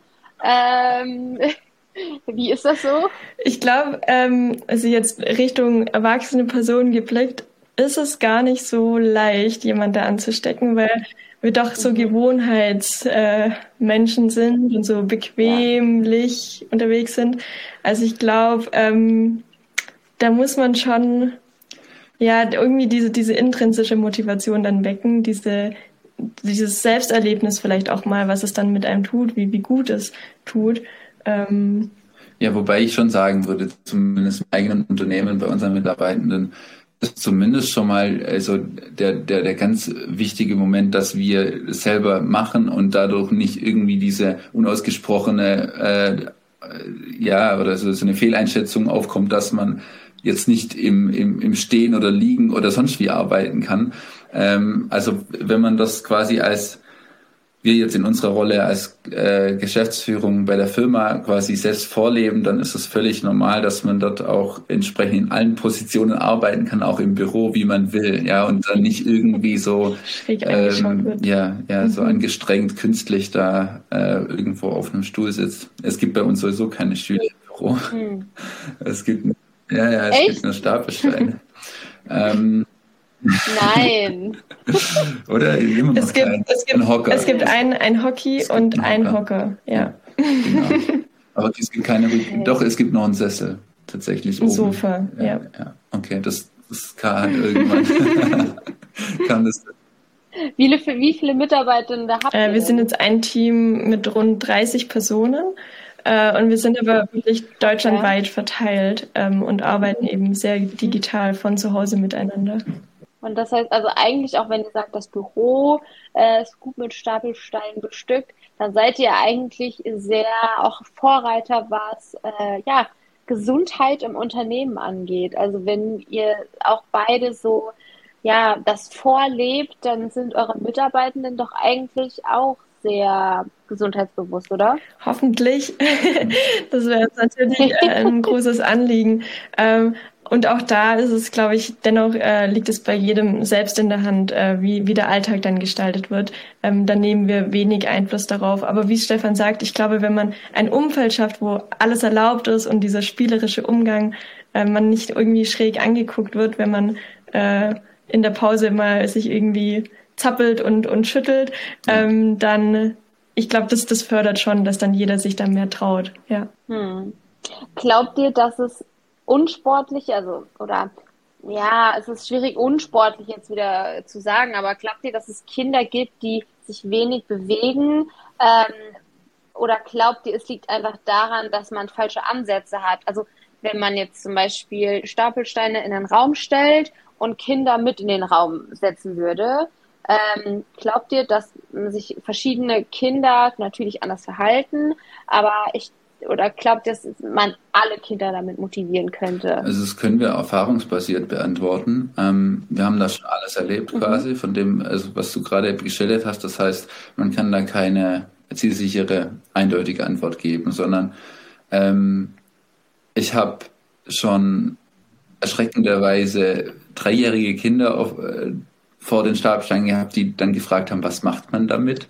Wie ist das so? Ich glaube, also jetzt Richtung erwachsene Personen geblickt, ist es gar nicht so leicht, jemanden da anzustecken, weil wir doch so Gewohnheitsmenschen sind und so bequemlich unterwegs sind. Also ich glaube, da muss man schon irgendwie diese intrinsische Motivation dann wecken, dieses Selbsterlebnis vielleicht auch mal, was es dann mit einem tut, wie gut es tut. Ja, wobei ich schon sagen würde, zumindest im eigenen Unternehmen bei unseren Mitarbeitenden, ist zumindest schon mal also der ganz wichtige Moment, dass wir selber machen und dadurch nicht irgendwie diese unausgesprochene oder so eine Fehleinschätzung aufkommt, dass man jetzt nicht im Stehen oder Liegen oder sonst wie arbeiten kann. Also wenn man das quasi wir jetzt in unserer Rolle als Geschäftsführung bei der Firma quasi selbst vorleben, dann ist es völlig normal, dass man dort auch entsprechend in allen Positionen arbeiten kann, auch im Büro, wie man will, ja, und dann nicht irgendwie so so angestrengt künstlich da irgendwo auf einem Stuhl sitzt. Es gibt bei uns sowieso keine Stühle im Büro. Es gibt nur Stapelsteine. Nein. Oder? Es gibt ein Hockey und ein Hocker, ja. Genau. Aber es gibt keine Rücken. Doch, es gibt noch einen Sessel, tatsächlich. Ein oben. Sofa, ja. Okay, das kann irgendwann. Kann das. Wie viele Mitarbeitende habt ihr? Wir sind jetzt ein Team mit rund 30 Personen. Und wir sind aber wirklich deutschlandweit verteilt und arbeiten eben sehr digital von zu Hause miteinander. Und das heißt also eigentlich, auch wenn ihr sagt, das Büro ist gut mit Stapelsteinen bestückt, dann seid ihr eigentlich sehr auch Vorreiter, was Gesundheit im Unternehmen angeht. Also wenn ihr auch beide so das vorlebt, dann sind eure Mitarbeitenden doch eigentlich auch sehr gesundheitsbewusst, oder? Hoffentlich. Das wäre uns natürlich ein großes Anliegen. Und auch da ist es, glaube ich, dennoch liegt es bei jedem selbst in der Hand, wie der Alltag dann gestaltet wird. Da nehmen wir wenig Einfluss darauf. Aber wie Stefan sagt, ich glaube, wenn man ein Umfeld schafft, wo alles erlaubt ist und dieser spielerische Umgang, man nicht irgendwie schräg angeguckt wird, wenn man in der Pause mal sich irgendwie zappelt und schüttelt, dann, ich glaube, das fördert schon, dass dann jeder sich da mehr traut. Ja. Glaubt ihr, dass es unsportlich, es ist schwierig, unsportlich jetzt wieder zu sagen, aber glaubt ihr, dass es Kinder gibt, die sich wenig bewegen? Oder glaubt ihr, es liegt einfach daran, dass man falsche Ansätze hat? Also wenn man jetzt zum Beispiel Stapelsteine in den Raum stellt und Kinder mit in den Raum setzen würde, glaubt ihr, dass sich verschiedene Kinder natürlich anders verhalten, oder glaubt ihr, dass man alle Kinder damit motivieren könnte? Also das können wir erfahrungsbasiert beantworten. Wir haben das schon alles erlebt quasi, von dem, also was du gerade geschildert hast. Das heißt, man kann da keine zielsichere, eindeutige Antwort geben, sondern ich habe schon erschreckenderweise 3-jährige Kinder vor den Stapelsteinen gehabt, die dann gefragt haben, was macht man damit?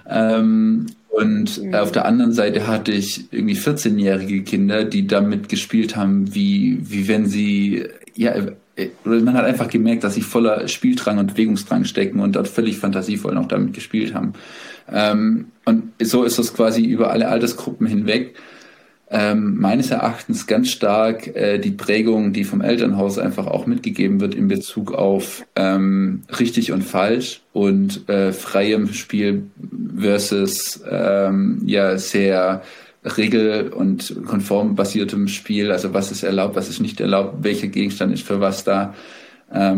Auf der anderen Seite hatte ich irgendwie 14-jährige Kinder, die damit gespielt haben, wie wenn sie, man hat einfach gemerkt, dass sie voller Spieldrang und Bewegungsdrang stecken und dort völlig fantasievoll noch damit gespielt haben. Und so ist es quasi über alle Altersgruppen hinweg. Meines Erachtens ganz stark die Prägung, die vom Elternhaus einfach auch mitgegeben wird in Bezug auf richtig und falsch und freiem Spiel versus sehr regel- und konformbasiertem Spiel. Also was ist erlaubt, was ist nicht erlaubt, welcher Gegenstand ist für was da. Da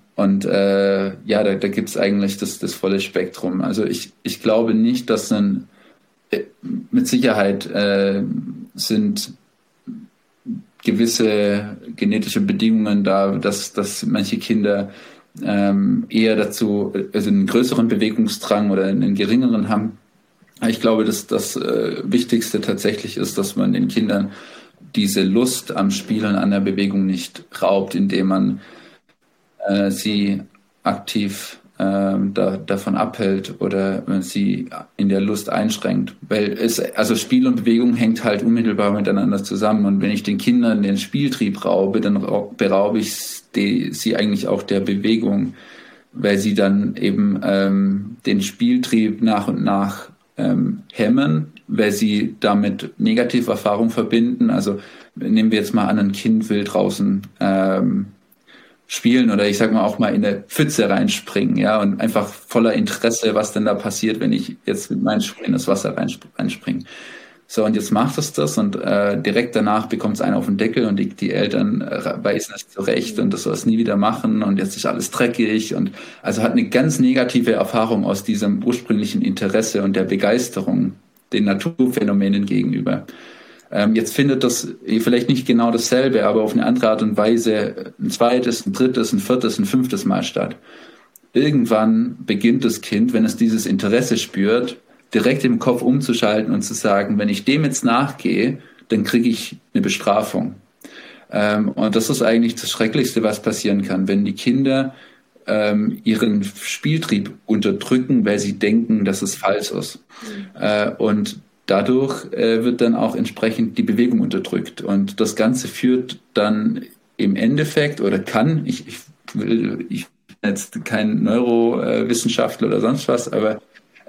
gibt's eigentlich das volle Spektrum. Also ich glaube nicht, dass mit Sicherheit sind gewisse genetische Bedingungen da, dass manche Kinder eher dazu, also einen größeren Bewegungsdrang oder einen geringeren haben. Ich glaube, dass das Wichtigste tatsächlich ist, dass man den Kindern diese Lust am Spielen, an der Bewegung nicht raubt, indem man sie aktiv davon abhält oder sie in der Lust einschränkt. Weil Spiel und Bewegung hängt halt unmittelbar miteinander zusammen. Und wenn ich den Kindern den Spieltrieb raube, dann beraube ich sie eigentlich auch der Bewegung, weil sie dann eben den Spieltrieb nach und nach hemmen, weil sie damit negative Erfahrungen verbinden. Also nehmen wir jetzt mal an, ein Kind will draußen spielen oder ich sag mal auch mal in eine Pfütze reinspringen, ja, und einfach voller Interesse, was denn da passiert, wenn ich jetzt mit meinen Schuhen in das Wasser reinspringe. So, und jetzt macht es das und direkt danach bekommt es einen auf den Deckel und die Eltern weisen es zurecht und das soll es nie wieder machen und jetzt ist alles dreckig und also hat eine ganz negative Erfahrung aus diesem ursprünglichen Interesse und der Begeisterung den Naturphänomenen gegenüber. Jetzt findet das vielleicht nicht genau dasselbe, aber auf eine andere Art und Weise ein zweites, ein drittes, ein viertes, ein fünftes Mal statt. Irgendwann beginnt das Kind, wenn es dieses Interesse spürt, direkt im Kopf umzuschalten und zu sagen, wenn ich dem jetzt nachgehe, dann kriege ich eine Bestrafung. Und das ist eigentlich das Schrecklichste, was passieren kann, wenn die Kinder ihren Spieltrieb unterdrücken, weil sie denken, dass es falsch ist. Und dadurch wird dann auch entsprechend die Bewegung unterdrückt. Und das Ganze führt dann im Endeffekt oder kann, ich bin jetzt kein Neurowissenschaftler oder sonst was, aber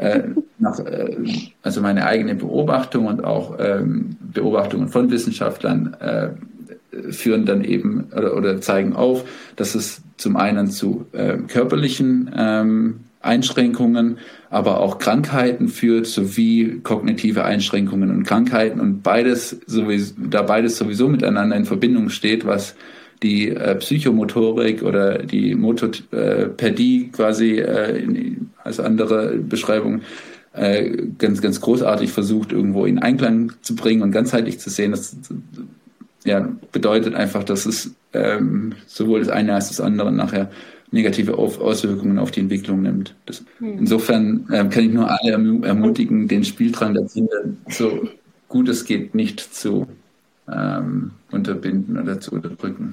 also meine eigene Beobachtung und auch Beobachtungen von Wissenschaftlern führen dann eben oder zeigen auf, dass es zum einen zu körperlichen Einschränkungen, aber auch Krankheiten führt, sowie kognitive Einschränkungen und Krankheiten und beides sowieso miteinander in Verbindung steht, was die Psychomotorik oder die Motopädie quasi als andere Beschreibung ganz, ganz großartig versucht, irgendwo in Einklang zu bringen und ganzheitlich zu sehen. Das bedeutet einfach, dass es sowohl das eine als das andere nachher negative Auswirkungen auf die Entwicklung nimmt. Insofern kann ich nur alle ermutigen, den Spieldrang der Kinder so gut es geht nicht zu unterbinden oder zu unterdrücken.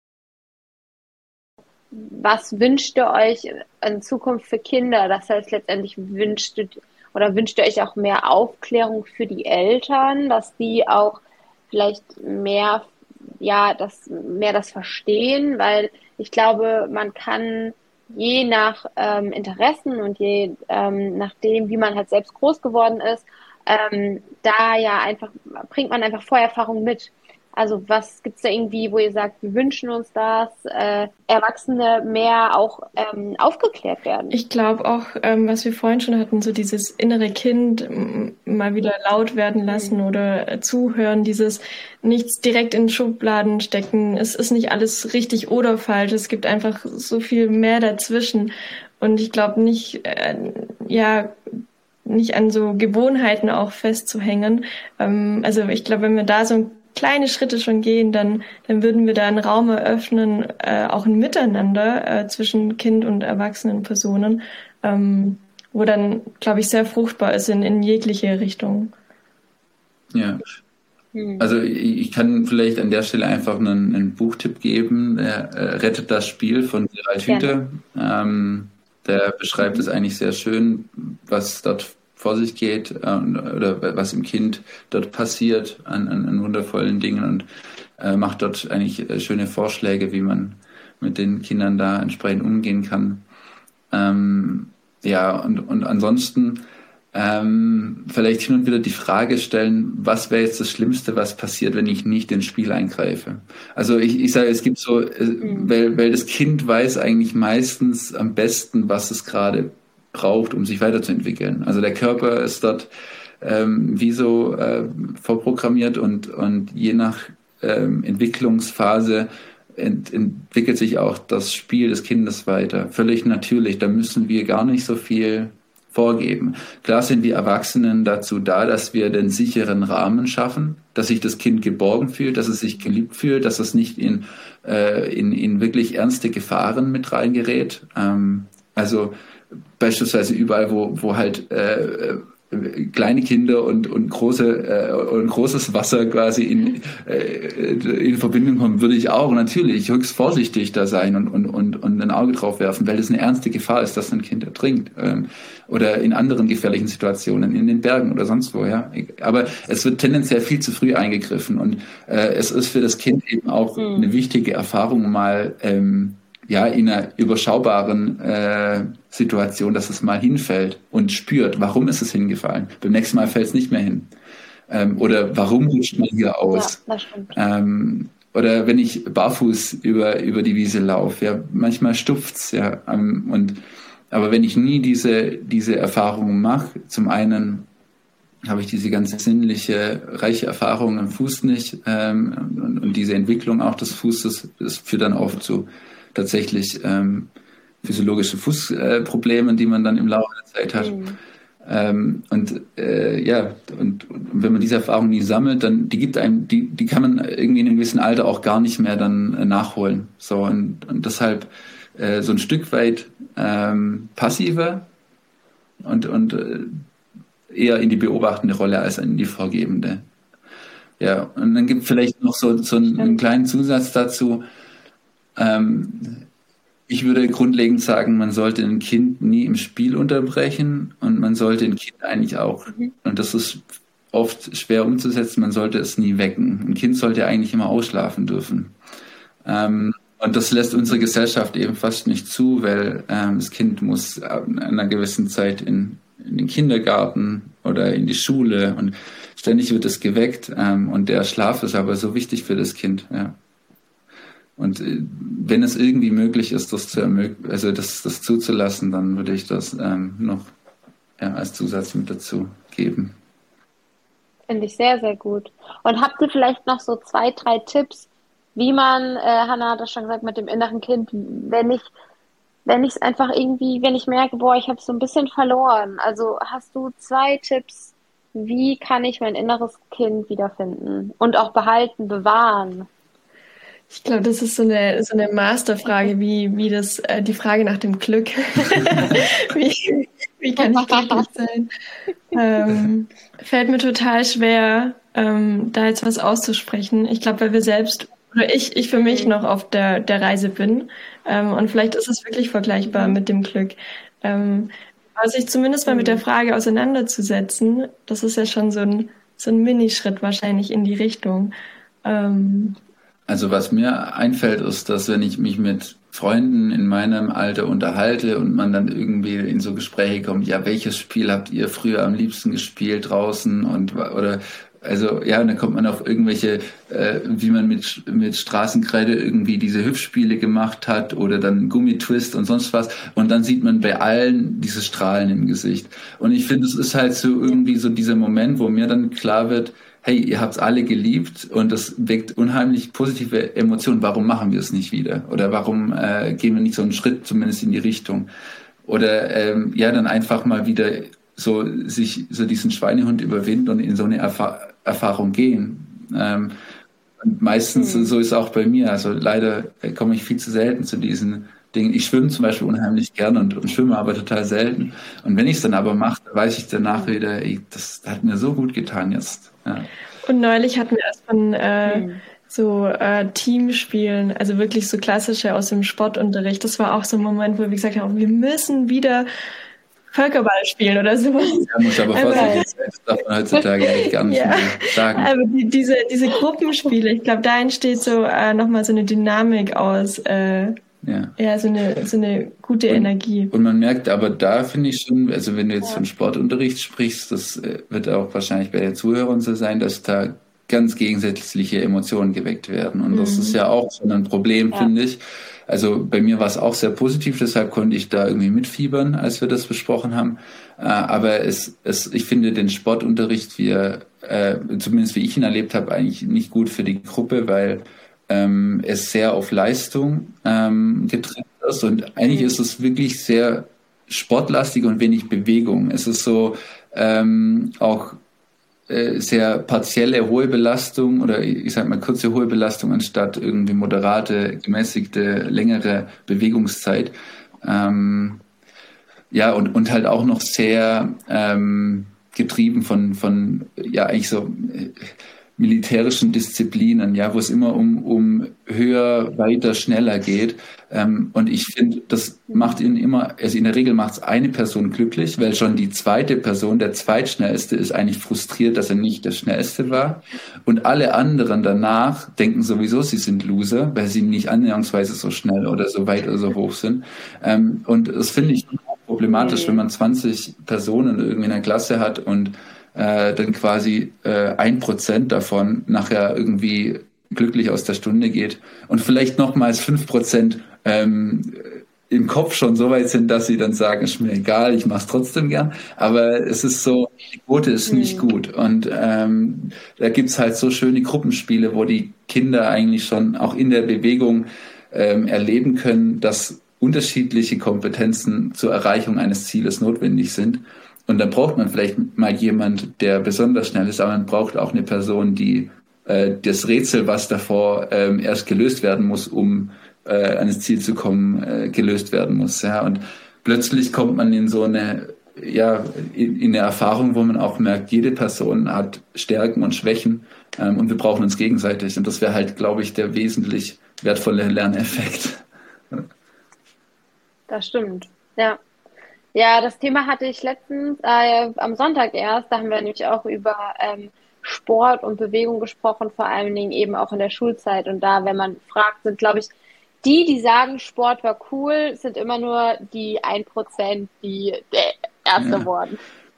Was wünscht ihr euch in Zukunft für Kinder? Das heißt, letztendlich wünscht ihr euch auch mehr Aufklärung für die Eltern, dass die auch vielleicht mehr das verstehen, weil ich glaube, man kann je nach Interessen und je nachdem, wie man halt selbst groß geworden ist, bringt man einfach Vorerfahrung mit. Also was gibt's da irgendwie, wo ihr sagt, wir wünschen uns, dass Erwachsene mehr auch aufgeklärt werden? Ich glaube auch, was wir vorhin schon hatten, so dieses innere Kind mal wieder laut werden lassen oder zuhören, dieses nichts direkt in Schubladen stecken. Es ist nicht alles richtig oder falsch. Es gibt einfach so viel mehr dazwischen. Und ich glaube nicht an so Gewohnheiten auch festzuhängen. Also ich glaube, wenn wir da so kleine Schritte schon gehen, dann würden wir da einen Raum eröffnen, auch ein Miteinander zwischen Kind und erwachsenen Personen, wo dann, glaube ich, sehr fruchtbar ist in jegliche Richtung. Ja. Also ich kann vielleicht an der Stelle einfach einen Buchtipp geben, der Rettet das Spiel von Gerald Hüther. Der beschreibt es eigentlich sehr schön, was dort vor sich geht oder was im Kind dort passiert an wundervollen Dingen und macht dort eigentlich schöne Vorschläge, wie man mit den Kindern da entsprechend umgehen kann. Und ansonsten vielleicht hin und wieder die Frage stellen, was wäre jetzt das Schlimmste, was passiert, wenn ich nicht ins Spiel eingreife? Also ich sage, es gibt so, weil das Kind weiß eigentlich meistens am besten, was es gerade braucht, um sich weiterzuentwickeln. Also der Körper ist dort vorprogrammiert und je nach Entwicklungsphase entwickelt sich auch das Spiel des Kindes weiter. Völlig natürlich, da müssen wir gar nicht so viel vorgeben. Klar sind wir Erwachsenen dazu da, dass wir den sicheren Rahmen schaffen, dass sich das Kind geborgen fühlt, dass es sich geliebt fühlt, dass es nicht in wirklich ernste Gefahren mit reingerät. Also beispielsweise überall, wo halt kleine Kinder und großes Wasser quasi in Verbindung kommen, würde ich auch natürlich höchst vorsichtig da sein und ein Auge drauf werfen, weil es eine ernste Gefahr ist, dass ein Kind ertrinkt oder in anderen gefährlichen Situationen, in den Bergen oder sonst wo. Ja. Aber es wird tendenziell viel zu früh eingegriffen und es ist für das Kind eben auch eine wichtige Erfahrung, mal in einer überschaubaren Situation, dass es mal hinfällt und spürt, warum ist es hingefallen. Beim nächsten Mal fällt es nicht mehr hin. Oder warum rutscht man hier aus? Ja, das stimmt. Oder wenn ich barfuß über die Wiese laufe, ja, manchmal stupft's, ja. Aber wenn ich nie diese Erfahrung mache, zum einen habe ich diese ganze sinnliche, reiche Erfahrung am Fuß nicht und diese Entwicklung auch des Fußes, das führt dann oft zu tatsächlich physiologische Fußproblemen, die man dann im Laufe der Zeit hat. Und wenn man diese Erfahrung nie sammelt, dann die kann man irgendwie in einem gewissen Alter auch gar nicht mehr dann nachholen. So und deshalb so ein Stück weit passiver und eher in die beobachtende Rolle als in die vorgebende. Ja, und dann gibt es vielleicht noch so einen kleinen Zusatz dazu. Ich würde grundlegend sagen, man sollte ein Kind nie im Spiel unterbrechen und man sollte ein Kind eigentlich auch, und das ist oft schwer umzusetzen, man sollte es nie wecken. Ein Kind sollte eigentlich immer ausschlafen dürfen. Und das lässt unsere Gesellschaft eben fast nicht zu, weil das Kind muss an einer gewissen Zeit in den Kindergarten oder in die Schule und ständig wird es geweckt und der Schlaf ist aber so wichtig für das Kind, ja. Und wenn es irgendwie möglich ist, das zuzulassen, dann würde ich das noch als Zusatz mit dazu geben. Finde ich sehr, sehr gut. Und habt ihr vielleicht noch so 2, 3 Tipps, wie man, Hannah hat das schon gesagt, mit dem inneren Kind, wenn ich es einfach irgendwie, wenn ich merke, ich habe es so ein bisschen verloren. Also hast du 2 Tipps, wie kann ich mein inneres Kind wiederfinden und auch behalten, bewahren? Ich glaube, das ist so eine Masterfrage, wie das die Frage nach dem Glück. wie kann ich glücklich sein? Fällt mir total schwer, da jetzt was auszusprechen. Ich glaube, weil wir selbst oder ich für mich noch auf der Reise bin. Und vielleicht ist es wirklich vergleichbar mit dem Glück. Also sich zumindest mal mit der Frage auseinanderzusetzen, das ist ja schon so ein Minischritt wahrscheinlich in die Richtung. Also was mir einfällt, ist, dass wenn ich mich mit Freunden in meinem Alter unterhalte und man dann irgendwie in so Gespräche kommt, ja, welches Spiel habt ihr früher am liebsten gespielt draußen und dann kommt man auf irgendwelche, wie man mit Straßenkreide irgendwie diese Hüpfspiele gemacht hat oder dann Gummitwist und sonst was und dann sieht man bei allen diese Strahlen im Gesicht. Und ich finde, es ist halt so irgendwie so dieser Moment, wo mir dann klar wird, hey, ihr habt's alle geliebt und das weckt unheimlich positive Emotionen. Warum machen wir es nicht wieder? Oder warum gehen wir nicht so einen Schritt zumindest in die Richtung? Oder dann einfach mal wieder so diesen Schweinehund überwinden und in so eine Erfahrung gehen. Und meistens so ist es auch bei mir. Also leider komme ich viel zu selten zu diesen Dingen. Ich schwimme zum Beispiel unheimlich gerne und schwimme aber total selten. Und wenn ich es dann aber mache, weiß ich danach wieder, das hat mir so gut getan jetzt. Ja. Und neulich hatten wir erst von Teamspielen, also wirklich so klassische aus dem Sportunterricht. Das war auch so ein Moment, wo wir gesagt haben, wir müssen wieder Völkerball spielen oder sowas. Ja, muss aber vorsichtig sein, das darf man heutzutage eigentlich gar nicht mehr sagen. Aber diese Gruppenspiele, ich glaube, da entsteht so nochmal so eine Dynamik aus, so eine gute Energie. Und man merkt aber da, finde ich schon, also wenn du jetzt von Sportunterricht sprichst, das wird auch wahrscheinlich bei den Zuhörern so sein, dass da ganz gegensätzliche Emotionen geweckt werden. Und das ist ja auch schon ein Problem, finde ich. Also bei mir war es auch sehr positiv, deshalb konnte ich da irgendwie mitfiebern, als wir das besprochen haben. Aber ich finde den Sportunterricht, zumindest wie ich ihn erlebt habe, eigentlich nicht gut für die Gruppe, weil es sehr auf Leistung getrimmt ist. Und eigentlich ist es wirklich sehr sportlastig und wenig Bewegung. Es ist so auch sehr partielle hohe Belastung oder ich sag mal kurze hohe Belastung anstatt irgendwie moderate, gemäßigte, längere Bewegungszeit. Und halt auch noch sehr getrieben von eigentlich so militärischen Disziplinen, wo es immer um höher, weiter, schneller geht. Und ich finde, das macht in der Regel macht es eine Person glücklich, weil schon die zweite Person, der Zweitschnellste, ist eigentlich frustriert, dass er nicht der Schnellste war. Und alle anderen danach denken sowieso, sie sind Loser, weil sie nicht annäherungsweise so schnell oder so weit oder so hoch sind. Und das finde ich problematisch, wenn man 20 Personen irgendwie in der Klasse hat und dann quasi 1% davon nachher irgendwie glücklich aus der Stunde geht und vielleicht nochmals 5% im Kopf schon so weit sind, dass sie dann sagen, ist mir egal, ich mach's trotzdem gern. Aber es ist so, die Quote ist nicht gut. Und da gibt's halt so schöne Gruppenspiele, wo die Kinder eigentlich schon auch in der Bewegung erleben können, dass unterschiedliche Kompetenzen zur Erreichung eines Zieles notwendig sind. Und dann braucht man vielleicht mal jemand, der besonders schnell ist, aber man braucht auch eine Person, die das Rätsel, was davor erst gelöst werden muss, um an das Ziel zu kommen, gelöst werden muss. Ja, und plötzlich kommt man in so eine, in eine Erfahrung, wo man auch merkt, jede Person hat Stärken und Schwächen, und wir brauchen uns gegenseitig. Und das wäre halt, glaube ich, der wesentlich wertvolle Lerneffekt. Das stimmt, ja. Ja, das Thema hatte ich letztens, am Sonntag erst, da haben wir nämlich auch über Sport und Bewegung gesprochen, vor allen Dingen eben auch in der Schulzeit. Und da, wenn man fragt, sind, glaube ich, die sagen, Sport war cool, sind immer nur die 1%, die der Erste wurden.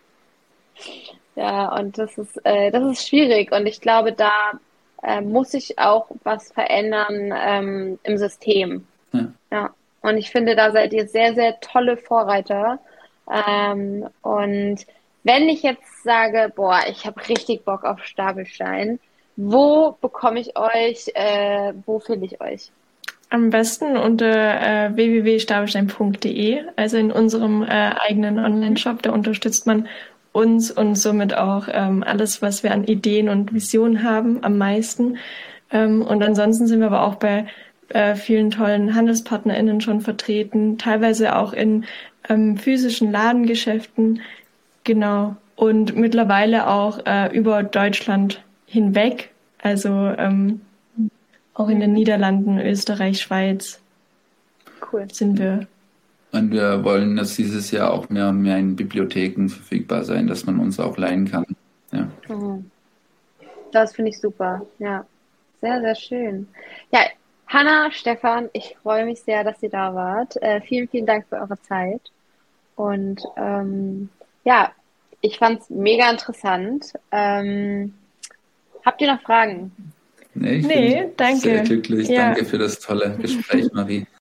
Ja, und das ist schwierig. Und ich glaube, da muss sich auch was verändern im System. Ja. Und ich finde, da seid ihr sehr, sehr tolle Vorreiter. Und wenn ich jetzt sage, boah, ich habe richtig Bock auf Stabelstein, wo bekomme ich euch, wo finde ich euch? Am besten unter www.stabelstein.de, also in unserem eigenen Online-Shop. Da unterstützt man uns und somit auch alles, was wir an Ideen und Visionen haben, am meisten. Und ansonsten sind wir aber auch bei vielen tollen HandelspartnerInnen schon vertreten, teilweise auch in physischen Ladengeschäften, genau. Und mittlerweile auch über Deutschland hinweg, also auch in den Niederlanden, Österreich, Schweiz sind wir. Und wir wollen, dass dieses Jahr auch mehr und mehr in Bibliotheken verfügbar sein, dass man uns auch leihen kann. Ja. Das finde ich super. Ja, sehr, sehr schön. Ja, Hanna, Stefan, ich freue mich sehr, dass ihr da wart. Vielen, vielen Dank für eure Zeit. Und ich fand es mega interessant. Habt ihr noch Fragen? Nee, danke. Sehr glücklich. Ja. Danke für das tolle Gespräch, Marie.